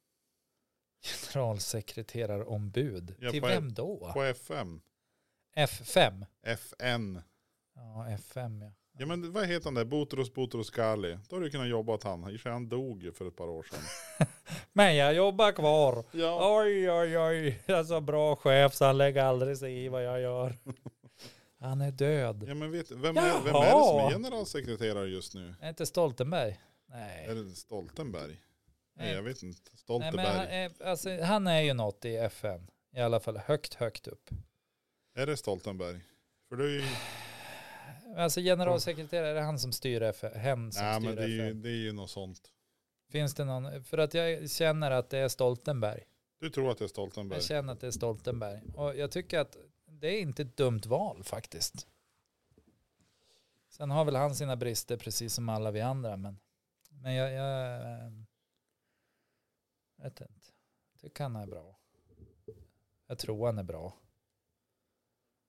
Generalsekreterarombud. Ja, till vem då? På FM. F5? FN. Ja, F5 ja. Ja, men vad heter han där? Boutros Ghali. Då har du kunnat jobba åt han. Han dog för ett par år sedan. Men jag jobbar kvar. Ja. Oj. Jag är så bra chef så han lägger aldrig sig i vad jag gör. Han är död. Ja, men vem är det som är generalsekreterare just nu? Är inte Stoltenberg? Nej. Är det Stoltenberg? Nej, jag vet inte. Stoltenberg. Nej, men han är ju något i FN. I alla fall högt upp. Är det Stoltenberg? För det är ju... Alltså generalsekreterare, är det han som styr FN? Ja, men det är ju något sånt. Finns det någon? För att jag känner att det är Stoltenberg. Du tror att det är Stoltenberg? Jag känner att det är Stoltenberg. Och jag tycker att det är inte ett dumt val faktiskt. Sen har väl han sina brister precis som alla vi andra. Men jag vet inte. Jag tycker han är bra. Jag tror han är bra.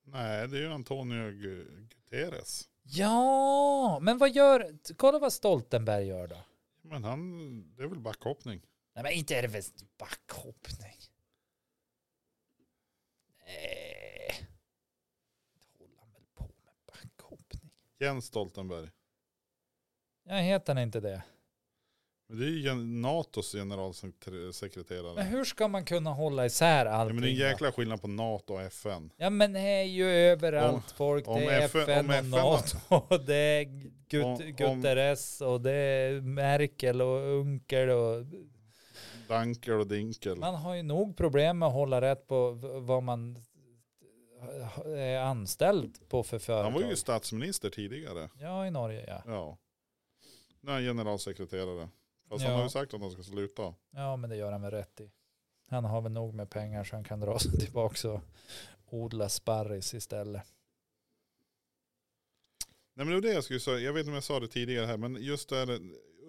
Nej, det är ju Antonio Guterres. Ja, men kolla vad Stoltenberg gör då. Men det är väl backhoppning. Nej, men inte är det väl backhoppning. Nej. Håller han väl på med backhoppning. Jens Stoltenberg. Jag heter han inte det. Men det är ju NATOs generalsekreterare. Men hur ska man kunna hålla isär allting? Ja, men det är en jäkla skillnad på NATO och FN. Ja, men det är ju överallt folk. Det är FN och NATO. Det är Guterres och det är Merkel och Unkel och Dankel och Dinkel. Man har ju nog problem med att hålla rätt på vad man är anställd på för företag. Han var ju statsminister tidigare. Ja, i Norge, ja. Ja. Nej, generalsekreterare. Fast han har ju sagt att han ska sluta. Ja, men det gör han väl rätt i. Han har väl nog med pengar så han kan dra sig tillbaka och odla sparris istället. Nej, men det var det jag skulle säga. Jag vet inte om jag sa det tidigare här, men just det här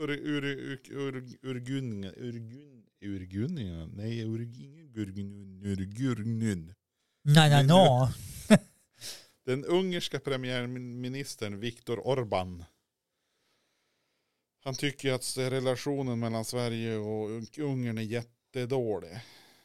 Urgunnen. Nej. Den ungerska premiärministern Viktor Orbán. Han tycker att relationen mellan Sverige och Ungern är jättedålig.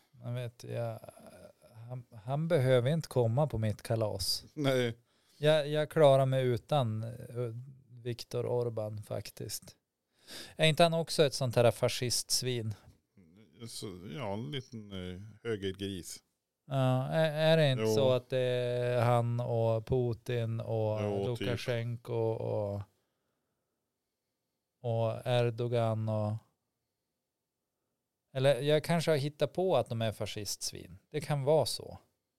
Han behöver inte komma på mitt kalas. Nej. Jag klarar mig utan Viktor Orbán faktiskt. Är inte han också ett sånt här fascistsvin? Ja, en liten högergris. Ja, är det inte så att det är han och Putin och Lukasjenko och Erdogan och... Eller jag kanske har hittat på att de är fascistsvin. Det kan vara så.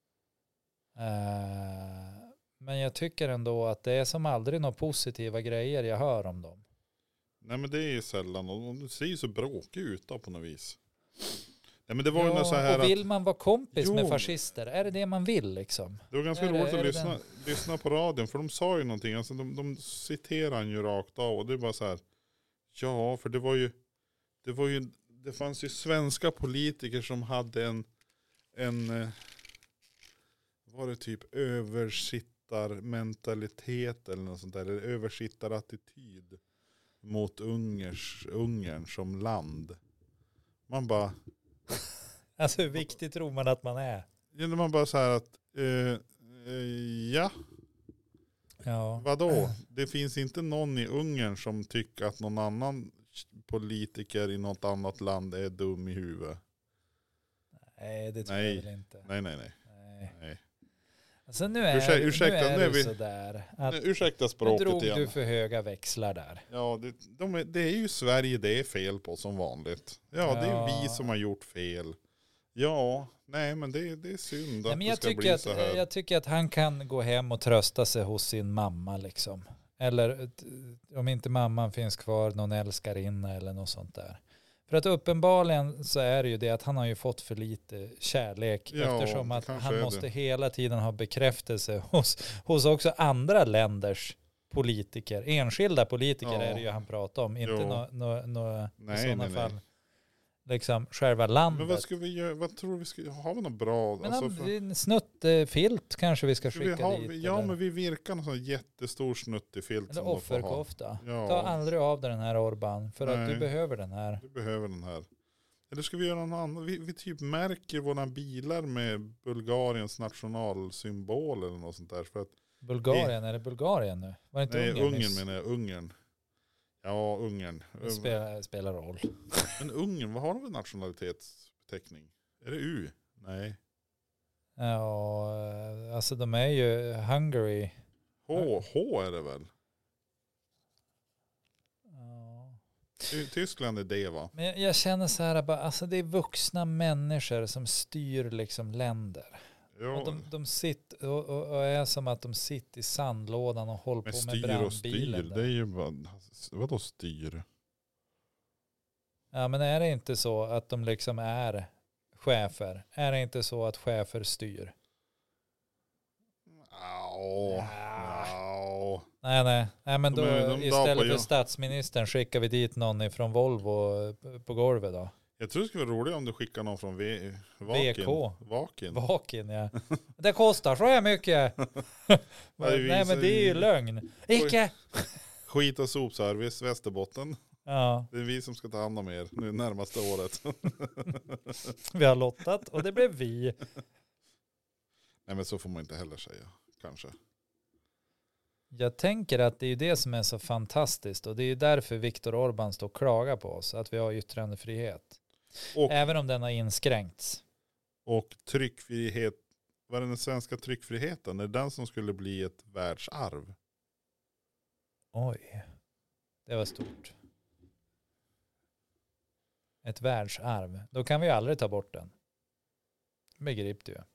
Men jag tycker ändå att det är som aldrig några positiva grejer jag hör om dem. Nej, men det är ju sällan. Och det ser ju så bråkigt ut på något vis. Nej, men det var ju så här och vill man vara kompis med fascister? Är det man vill liksom? Det var ganska roligt att lyssna på radion. För de sa ju någonting. Alltså de citerar han ju rakt av. Och det är bara så här. Ja, för det fanns ju svenska politiker som hade en var det typ översittarmentalitet eller något sånt där. Eller översittarattityd mot Ungern som land. Man bara... Alltså hur viktigt tror man att man är? Ja, man bara så här att ja. Vadå? Det finns inte någon i Ungern som tycker att någon annan politiker i något annat land är dum i huvudet. Nej, det tror jag väl inte. Nej. Alltså nu är det sådär. Ursäkta språket igen. Nu drog du för höga växlar där. Ja, det är ju Sverige det är fel på som vanligt. Ja, det är vi som har gjort fel. Ja, nej men det är synd att det ska bli så här. Jag tycker att han kan gå hem och trösta sig hos sin mamma liksom. Eller om inte mamman finns kvar, någon älskarinna eller något sånt där. För att uppenbarligen så är det ju det att han har ju fått för lite kärlek eftersom att han måste hela tiden ha bekräftelse hos också andra länders politiker. Enskilda politiker är det ju han pratar om, inte några i sådana fall. Liksom själva landet. Men vad ska vi göra? Vad tror vi ska ha? Vi något bra? Men en snuttfilt kanske vi ska skicka dit. Ja, men vi virkar en sån jättestor snuttefilt. Eller offerkofta. Ja. Ta aldrig av den här Orbán för att du behöver den här. Du behöver den här. Eller ska vi göra någon annan? Vi typ märker våra bilar med Bulgariens nationalsymbol eller något sånt där. För att Bulgarien? Är det Bulgarien nu? Var det inte Ungern menar jag. Ungern. Ja, Ungern. Det spelar roll. Men Ungern, vad har de för nationalitetsbeteckning? Är det U? Nej. Ja, alltså de är ju Hungary. H är det väl? Ja. Tyskland är det, va? Men jag känner så här, alltså det är vuxna människor som styr liksom länder. Ja. Och de sitter och är som att de sitter i sandlådan och håller på med brandbilen. Det är ju bara, vadå styr? Ja, men är det inte så att de liksom är chefer? Är det inte så att chefer styr? Nej, men då istället för statsministern skickar vi dit någon ifrån Volvo på golvet då. Jag tror det skulle vara roligt om du skickar någon från Vakin, ja. Det kostar så här mycket. Nej, men det är ju lögn. Icke. Skit och sopservice, Västerbotten. Ja. Det är vi som ska ta hand om er nu närmaste året. Vi har lottat och det blev vi. Nej, men så får man inte heller säga, kanske. Jag tänker att det är det som är så fantastiskt och det är därför Viktor Orbán står och klagar på oss, att vi har yttrandefrihet. Även om den har inskränkts. Och tryckfrihet, vad är den svenska tryckfriheten? Är det den som skulle bli ett världsarv? Oj, det var stort. Ett världsarv. Då kan vi aldrig ta bort den. Begriper du?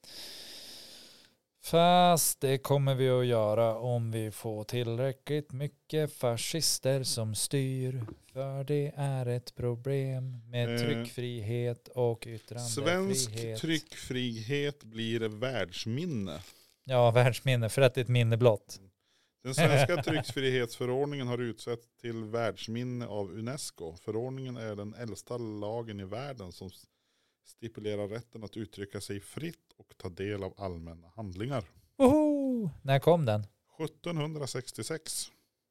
Fast det kommer vi att göra om vi får tillräckligt mycket fascister som styr. För det är ett problem med tryckfrihet och yttrandefrihet. Svensk tryckfrihet blir världsminne. Ja, världsminne, för att det är ett minne blott. Den svenska tryckfrihetsförordningen har utsetts till världsminne av UNESCO. Förordningen är den äldsta lagen i världen som stipulerar rätten att uttrycka sig fritt och ta del av allmänna handlingar. När kom den? 1766.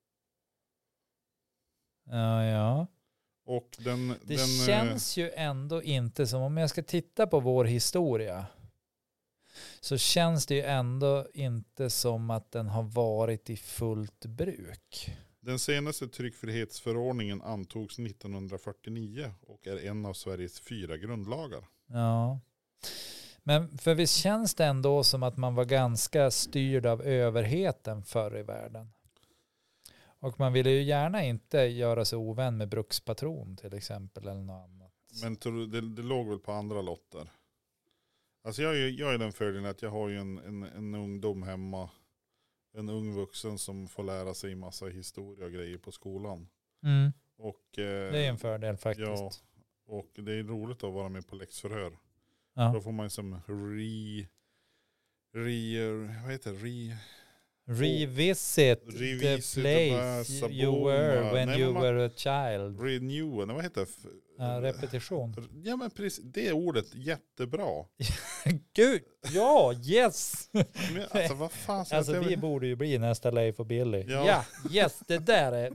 Ja. Och det känns ju ändå inte som, om jag ska titta på vår historia, så känns det ju ändå inte som att den har varit i fullt bruk. Den senaste tryckfrihetsförordningen antogs 1949 och är en av Sveriges 4 grundlagar. Ja, men för visst känns det ändå som att man var ganska styrd av överheten förr i världen. Och man ville ju gärna inte göra sig ovän med brukspatron till exempel eller något annat. Men det låg väl på andra lotter. Alltså jag är den fördelen att jag har ju en ungdom hemma. En ung vuxen som får lära sig massa historia och grejer på skolan. Mm. Och, det är en fördel faktiskt. Ja, och det är roligt att vara med på läxförhör. Ja. Då får man som revisit the place you were when you were a child. Renew, vad heter det? Repetition. Ja, men precis, det är ordet jättebra. Gud, ja, yes. Men, alltså vad fan. Alltså vi borde ju bli nästa Leif och Billy. Ja, yes, det där är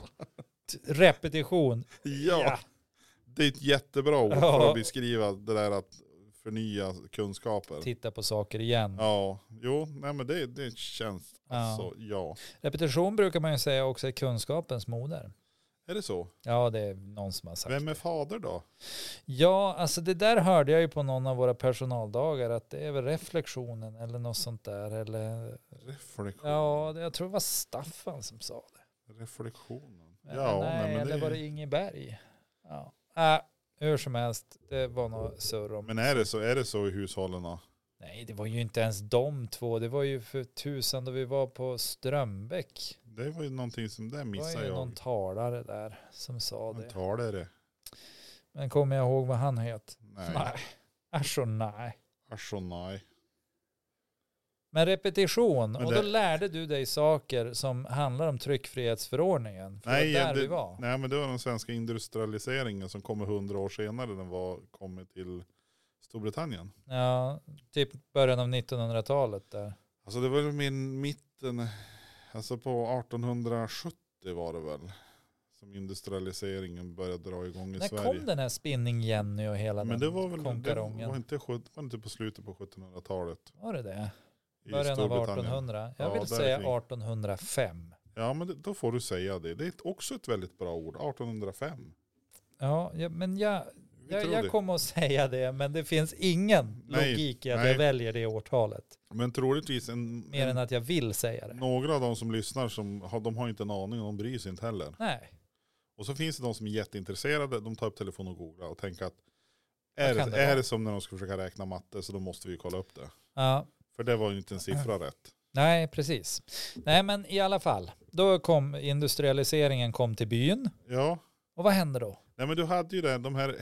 repetition. Ja, det är ett jättebra ord för att beskriva det där att förnya kunskaper. Titta på saker igen. Ja, jo, nej men det känns alltså, ja. Repetition brukar man ju säga också är kunskapens moder. Är det så? Ja, det är någon som har sagt. Vem är fader då? Ja, alltså det där hörde jag ju på någon av våra personaldagar att det är väl reflektionen eller något sånt där. Eller... Reflektion? Ja, jag tror det var Staffan som sa det. Reflektionen? Ja, nej, eller var det Ingeberg? Ja. Hur som helst, det var något surr om. Men är det så i hushållen då? Nej, det var ju inte ens de två. Det var ju för tusan då vi var på Strömbäck. Det var ju någonting som där missade jag. Det var ju någon talare där som sa det. Talare? Men kommer jag ihåg vad han het? Nej. Alltså nej. Men repetition. Och då lärde du dig saker som handlar om tryckfrihetsförordningen. För vi var. Nej, men det var den svenska industrialiseringen som kommer 100 år senare. Den kommit till Storbritannien. Ja, typ början av 1900-talet där. Alltså det var mitten, alltså på 1870 var det väl. Som industrialiseringen började dra igång i Sverige. När kom den här Spinning Jenny och hela men den konkarongen? Det var inte på slutet på 1700-talet. Var det? Början av 1800. Jag vill säga 1805. Ja, men då får du säga det. Det är också ett väldigt bra ord. 1805. Ja, men jag kommer att säga det. Men det finns ingen logik i att jag väljer det årtalet. Men troligtvis mer än att jag vill säga det. Några av de som lyssnar de har inte en aning. De bryr sig inte heller. Nej. Och så finns det de som är jätteintresserade. De tar upp telefonen och googlar och tänker att är det som när de ska försöka räkna matte, så då måste vi kolla upp det. Ja. För det var ju inte en siffra rätt. Nej, precis. Nej, men i alla fall. Då kom industrialiseringen till byn. Ja. Och vad hände då? Nej, men du hade ju de här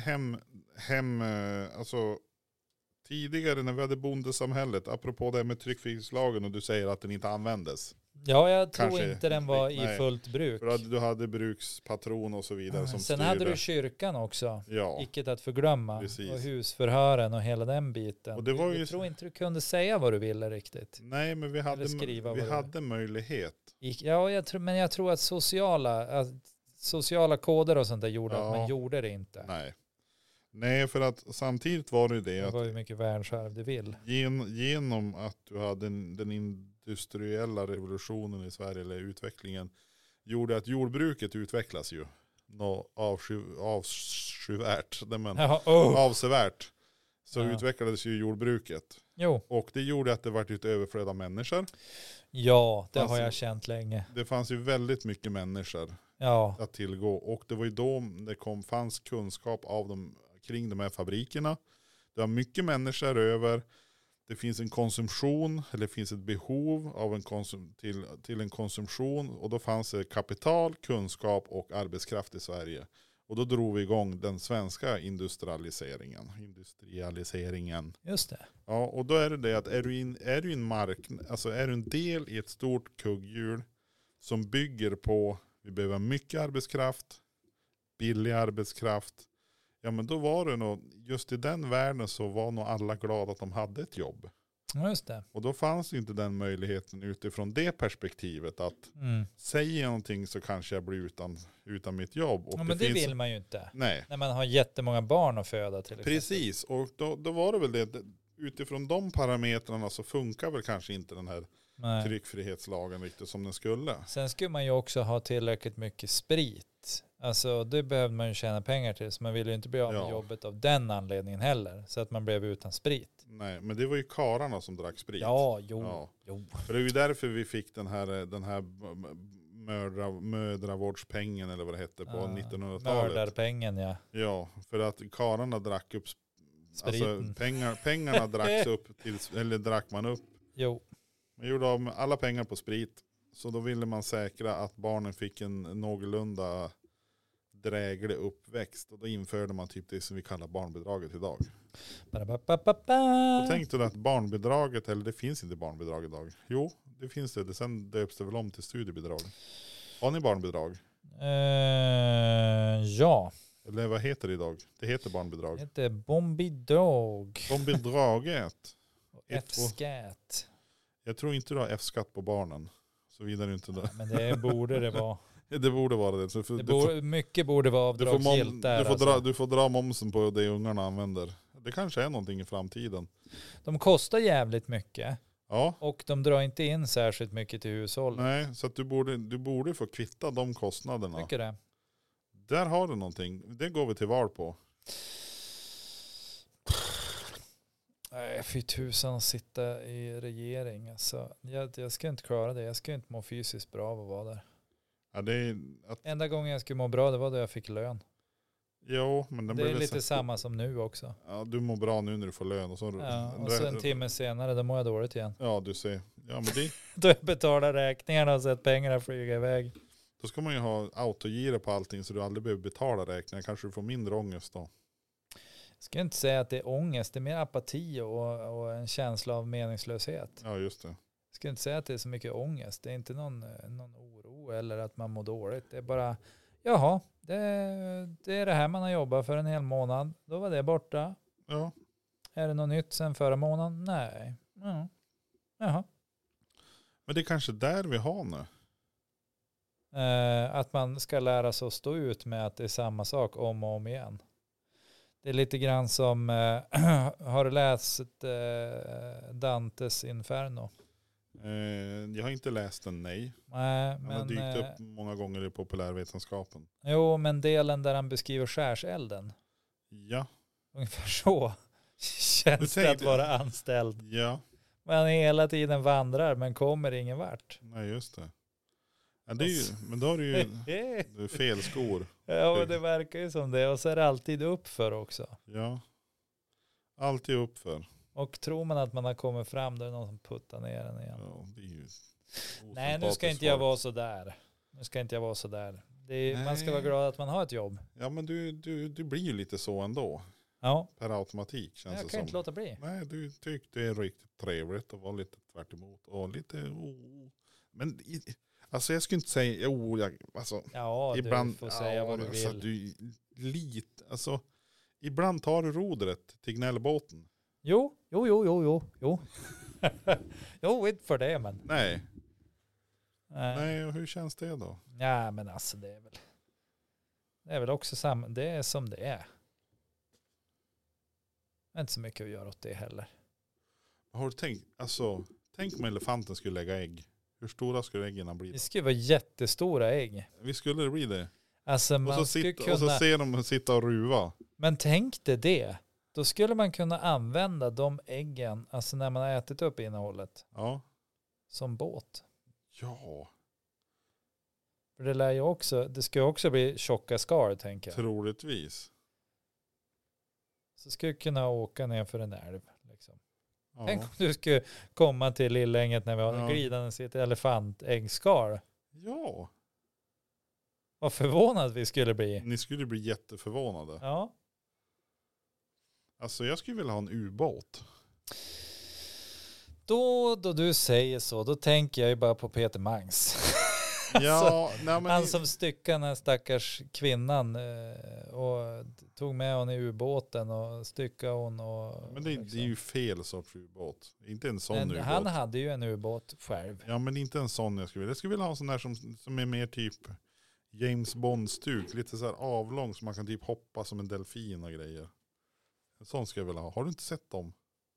alltså tidigare när vi hade bondesamhället, apropå det med tryckfrihetslagen och du säger att den inte användes. Ja, jag tror inte den var i fullt bruk. För att du hade brukspatron och så vidare som sen styrde. hade du kyrkan också. Ja. Icke att förglömma. Precis. Och husförhören och hela den biten. Och det var jag tror inte du kunde säga vad du ville riktigt. Nej, men vi hade möjlighet. Ja, jag tror att sociala koder och sånt där gjorde att man gjorde det inte. Nej, för att samtidigt var det var ju mycket världsarv du vill. Genom att du hade den industriella revolutionen i Sverige, eller utvecklingen, gjorde att jordbruket utvecklas ju. Avskyvärt. Avsevärt. Så utvecklades ju jordbruket. Jo. Och det gjorde att det var ett överflöd av människor. Ja, det har jag känt länge. Det fanns ju väldigt mycket människor att tillgå. Och det var ju då det fanns kunskap kring de här fabrikerna. Det var mycket människor över. Det finns en konsumtion, eller det finns ett behov av till en konsumtion. Och då fanns det kapital, kunskap och arbetskraft i Sverige. Och då drog vi igång den svenska industrialiseringen. Just det. Ja, och då är det att är du en är du en del i ett stort kugghjul som bygger på, vi behöver mycket arbetskraft, billig arbetskraft. Ja, men då var det nog, just i den världen så var nog alla glada att de hade ett jobb. Just det. Och då fanns ju inte den möjligheten utifrån det perspektivet att säga någonting så kanske jag blir utan mitt jobb. Och men det vill man ju inte. Nej. När man har jättemånga barn att föda till exempel. Precis, och då var det väl det. Utifrån de parametrarna så funkar väl kanske inte den här tryckfrihetslagen riktigt som den skulle. Sen skulle man ju också ha tillräckligt mycket sprit. Alltså det behövde man ju tjäna pengar till. Så man ville ju inte bli av med jobbet av den anledningen heller. Så att man blev utan sprit. Nej, men det var ju kararna som drack sprit. Jo. För det är ju därför vi fick den här mödravårdspengen eller vad det hette på 1900-talet. Mördarpengen, ja. Ja, för att kararna drack upp spriten. Alltså pengarna dracks upp eller drack man upp. Jo. Man gjorde av med alla pengar på sprit. Så då ville man säkra att barnen fick en någorlunda dräglig uppväxt. Och då införde man typ det som vi kallar barnbidraget idag. Då tänkte du att barnbidraget, eller det finns inte barnbidrag idag. Jo, det finns det. Sen döps det väl om till studiebidrag. Har ni barnbidrag? Ja. Eller vad heter det idag? Det heter barnbidrag. Det heter bombidrag. Bombidraget. F-skatt. Jag tror inte du har F-skatt på barnen. Så vidare inte det. Men det borde det vara. Det borde vara det. Så mycket borde vara avdragsgillt där. Du får dra momsen på det ungarna använder. Det kanske är någonting i framtiden. De kostar jävligt mycket. Ja. Och de drar inte in särskilt mycket till hushållet. Nej, så att du borde få kvitta de kostnaderna. Tycker det. Där har du någonting. Det går vi till val på. Nej, fy tusan att sitta i regering. Alltså, jag ska inte klara det. Jag ska inte må fysiskt bra av att vara där. Ja, enda gången jag skulle må bra, det var då jag fick lön. Jo, men det är lite samma som nu också. Ja, du mår bra nu när du får lön. Och så en timme senare, då mår jag dåligt igen. Ja, du ser. Ja, men då jag betalar räkningarna och sett pengarna flyga iväg. Då ska man ju ha autogiro på allting så du aldrig behöver betala räkningar. Kanske du får mindre ångest då. Jag ska inte säga att det är ångest. Det är mer apati och en känsla av meningslöshet. Ja, just det. Jag ska inte säga att det är så mycket ångest. Det är inte någon oro eller att man mår dåligt. Det är bara, jaha, det är det här man har jobbat för en hel månad. Då var det borta. Ja. Är det något nytt sen förra månaden? Nej. Ja. Jaha. Men det är kanske där vi har nu. Att man ska lära sig att stå ut med att det är samma sak om och om igen. Det är lite grann som, har du läst Dantes Inferno? Jag har inte läst den, nej. Men har dykt upp många gånger i populärvetenskapen. Jo, men delen där han beskriver skärselden. Ja. Ungefär så känns det att vara anställd. Ja. Man hela tiden vandrar men kommer ingen vart. Nej, just det. Ja, det är ju, men då har du ju fel skor. Ja, men det verkar ju som det. Och så är det alltid uppför också. Ja, alltid uppför. Och tror man att man har kommit fram, då är det någon som puttar ner den igen. Ja, det är ju nej, nu ska inte jag vara så där. Man ska vara glad att man har ett jobb. Ja, men du blir ju lite så ändå. Ja. Per automatik känns det som. Jag kan inte låta bli. Nej, du tyckte det är riktigt trevligt att vara lite tvärt emot. Och lite Men alltså jag skulle inte säga, ja, ibland, du får säga vad du vill. Alltså, ibland tar du rodret till gnällbåten. Jo. Jo, inte för det, men. Nej, och hur känns det då? Ja, men alltså det är väl också samma, det är som det är. Det är inte så mycket att göra åt det heller. Har du tänkt, tänk om elefanten skulle lägga ägg. Hur stora skulle äggen bli då? Det skulle vara jättestora ägg. Vi skulle det bli det. Alltså man och så ser de sitta och ruva. Men tänk dig det. Då skulle man kunna använda de äggen, alltså när man har ätit upp innehållet. Ja. Som båt. Ja. För det lär ju också, det ska ju också bli tjocka skal, tänker jag. Troligtvis. Så skulle jag kunna åka ner för en älv. Liksom. Ja. Tänk om du skulle komma till Lillänget när vi har glidande i ett elefantäggskal. Ja. Vad förvånad vi skulle bli. Ni skulle bli jätteförvånade. Ja. Alltså jag skulle vilja ha en ubåt. Då du säger så, då tänker jag ju bara på Peter Mangs. Ja, han som styckade den här stackars kvinnan och tog med hon i ubåten och styckade hon. Och, men det är ju fel sorts ubåt. Inte en sån ubåt. Han hade ju en ubåt själv. Ja, men inte en sån jag skulle vilja. Jag skulle vilja ha en sån där som är mer typ James Bond-stuk. Lite så här avlång så man kan typ hoppa som en delfin och grejer. En sån ska jag vilja ha. Har du inte sett dem?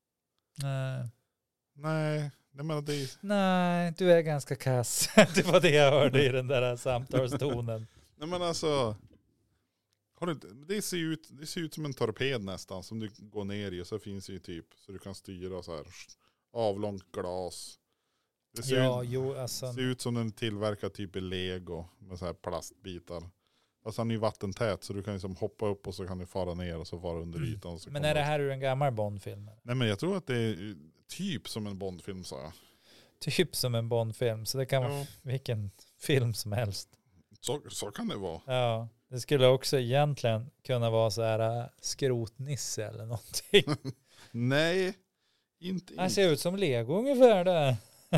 Nej. Nej, du är ganska kass. Det var det jag hörde i den där samtalstonen. Nej men alltså, det ser ut som en torped nästan som du går ner i och så finns det ju typ så du kan styra så här avlångt glas. Det ser ut som den tillverkar typ i Lego med så här plastbitar. Alltså han är ju vattentät så du kan liksom hoppa upp och så kan du fara ner och så fara under ytan. Och så men är det här ur en gammal Bondfilm? Nej men jag tror att det är typ som en Bondfilm, sa jag. Typ som en Bondfilm, så det kan vara vilken film som helst. Så kan det vara. Ja, det skulle också egentligen kunna vara så här skrotnisse eller någonting. Nej, inte. Han ser ut som Lego ungefär där.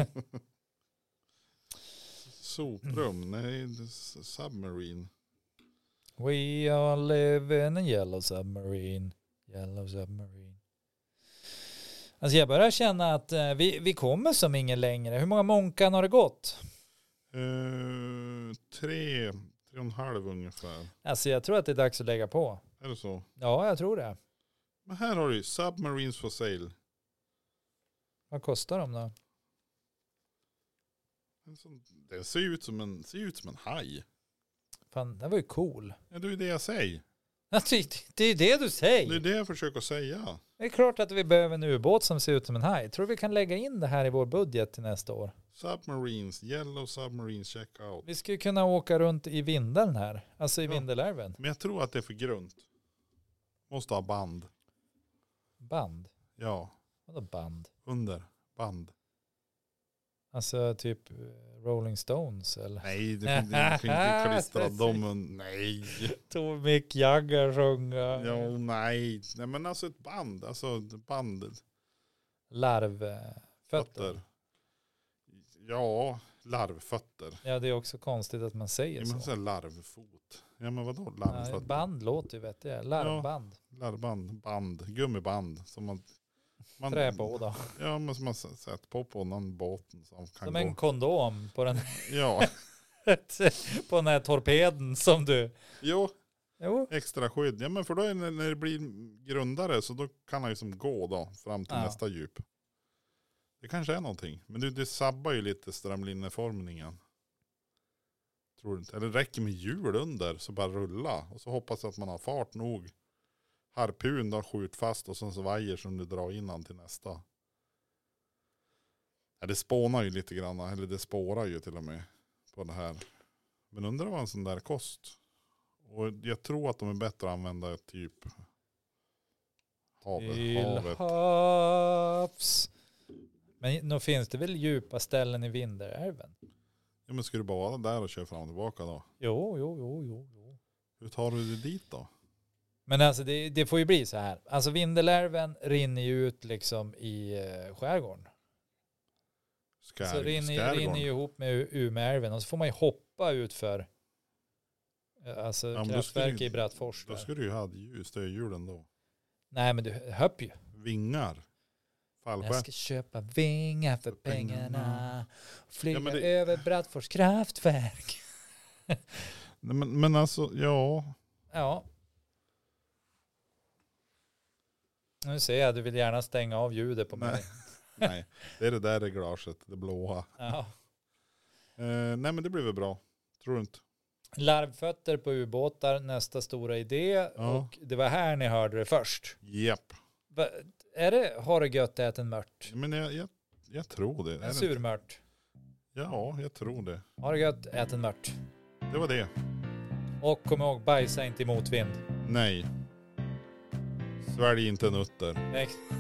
Soprum, nej, submarine. We all live in a yellow submarine. Yellow submarine. Alltså jag börjar känna att vi kommer som ingen längre. Hur många Månkan har det gått? 3,5 ungefär. Alltså jag tror att det är dags att lägga på. Är det så? Ja, jag tror det. Men här har du Submarines for sale. Vad kostar de då? Det ser ut som en haj. Fan, det var ju cool. Ja, det är det jag säger. Det är det du säger. Det är det jag försöker säga. Det är klart att vi behöver en ubåt som ser ut som en haj. Tror vi kan lägga in det här i vår budget till nästa år? Submarines, yellow submarines, check out. Vi skulle kunna åka runt i Vindeln här. Alltså i Vindelälven. Men jag tror att det är för grunt. Måste ha band. Band? Ja. Vadå band? Under. Band. Alltså typ Rolling Stones eller? Nej, du kan inte klistra dem. Nej. Tog Mick Jagger sjunga. Ja, nej. Nej, men alltså ett band. Alltså bandet. Larvfötter. Ja, larvfötter. Ja, det är också konstigt att man säger så. Man säger larvfot. Ja, men vadå larvfötter? Ja, band låter ju vet jag. Larvband. Ja, larvband. Band. Gummiband. Som man trä på då. Ja, men som man sett på någon båten som kan som en kondom på den. Ja. På den här torpeden som du. Jo. Extra skydd. Ja, men för då när det blir grundare så då kan han ju som gå då fram till nästa djup. Det kanske är någonting. Men det sabbar ju lite strömlinjeformningen. Tror du inte? Eller räcker med hjul under så bara rulla. Och så hoppas att man har fart nog. Harpun då skjut fast och så vajer som du drar innan till nästa. Ja, det spånar ju lite grann. Eller det spårar ju till och med på det här. Men undrar vad en sån där kost. Och jag tror att de är bättre att använda typ havet. Havs. Men då finns det väl djupa ställen i Vindelälven? Ja, men ska du bara vara där och köra fram och tillbaka då? Jo. Hur tar du det dit då? Men alltså det får ju bli så här. Alltså Vindelälven rinner ju ut liksom i skärgården. Så rinner ju ihop med Umeälven och så får man ju hoppa ut för kraftverk i Brattfors. Då skulle du ju ha stödhjulen då. Nej, men du höpp ju. Vingar. Fallskärm. Jag ska köpa vingar för pengarna. Flyga över Brattfors kraftverk. men alltså, ja. Ja. Nu ser jag, du vill gärna stänga av ljudet på mig. Nej, det är det där reglaget, det blåa. Ja. Nej, men det blir väl bra. Tror du inte? Larvfötter på ubåtar, nästa stora idé. Ja. Och det var här ni hörde det först. Japp. Har det gött ät en mört? Men jag tror det. En surmört. Ja, jag tror det. Har det gött ät en mört. Det var det. Och kom ihåg, bajsa inte i motvind. Nej. Svälj inte nutter. Nej.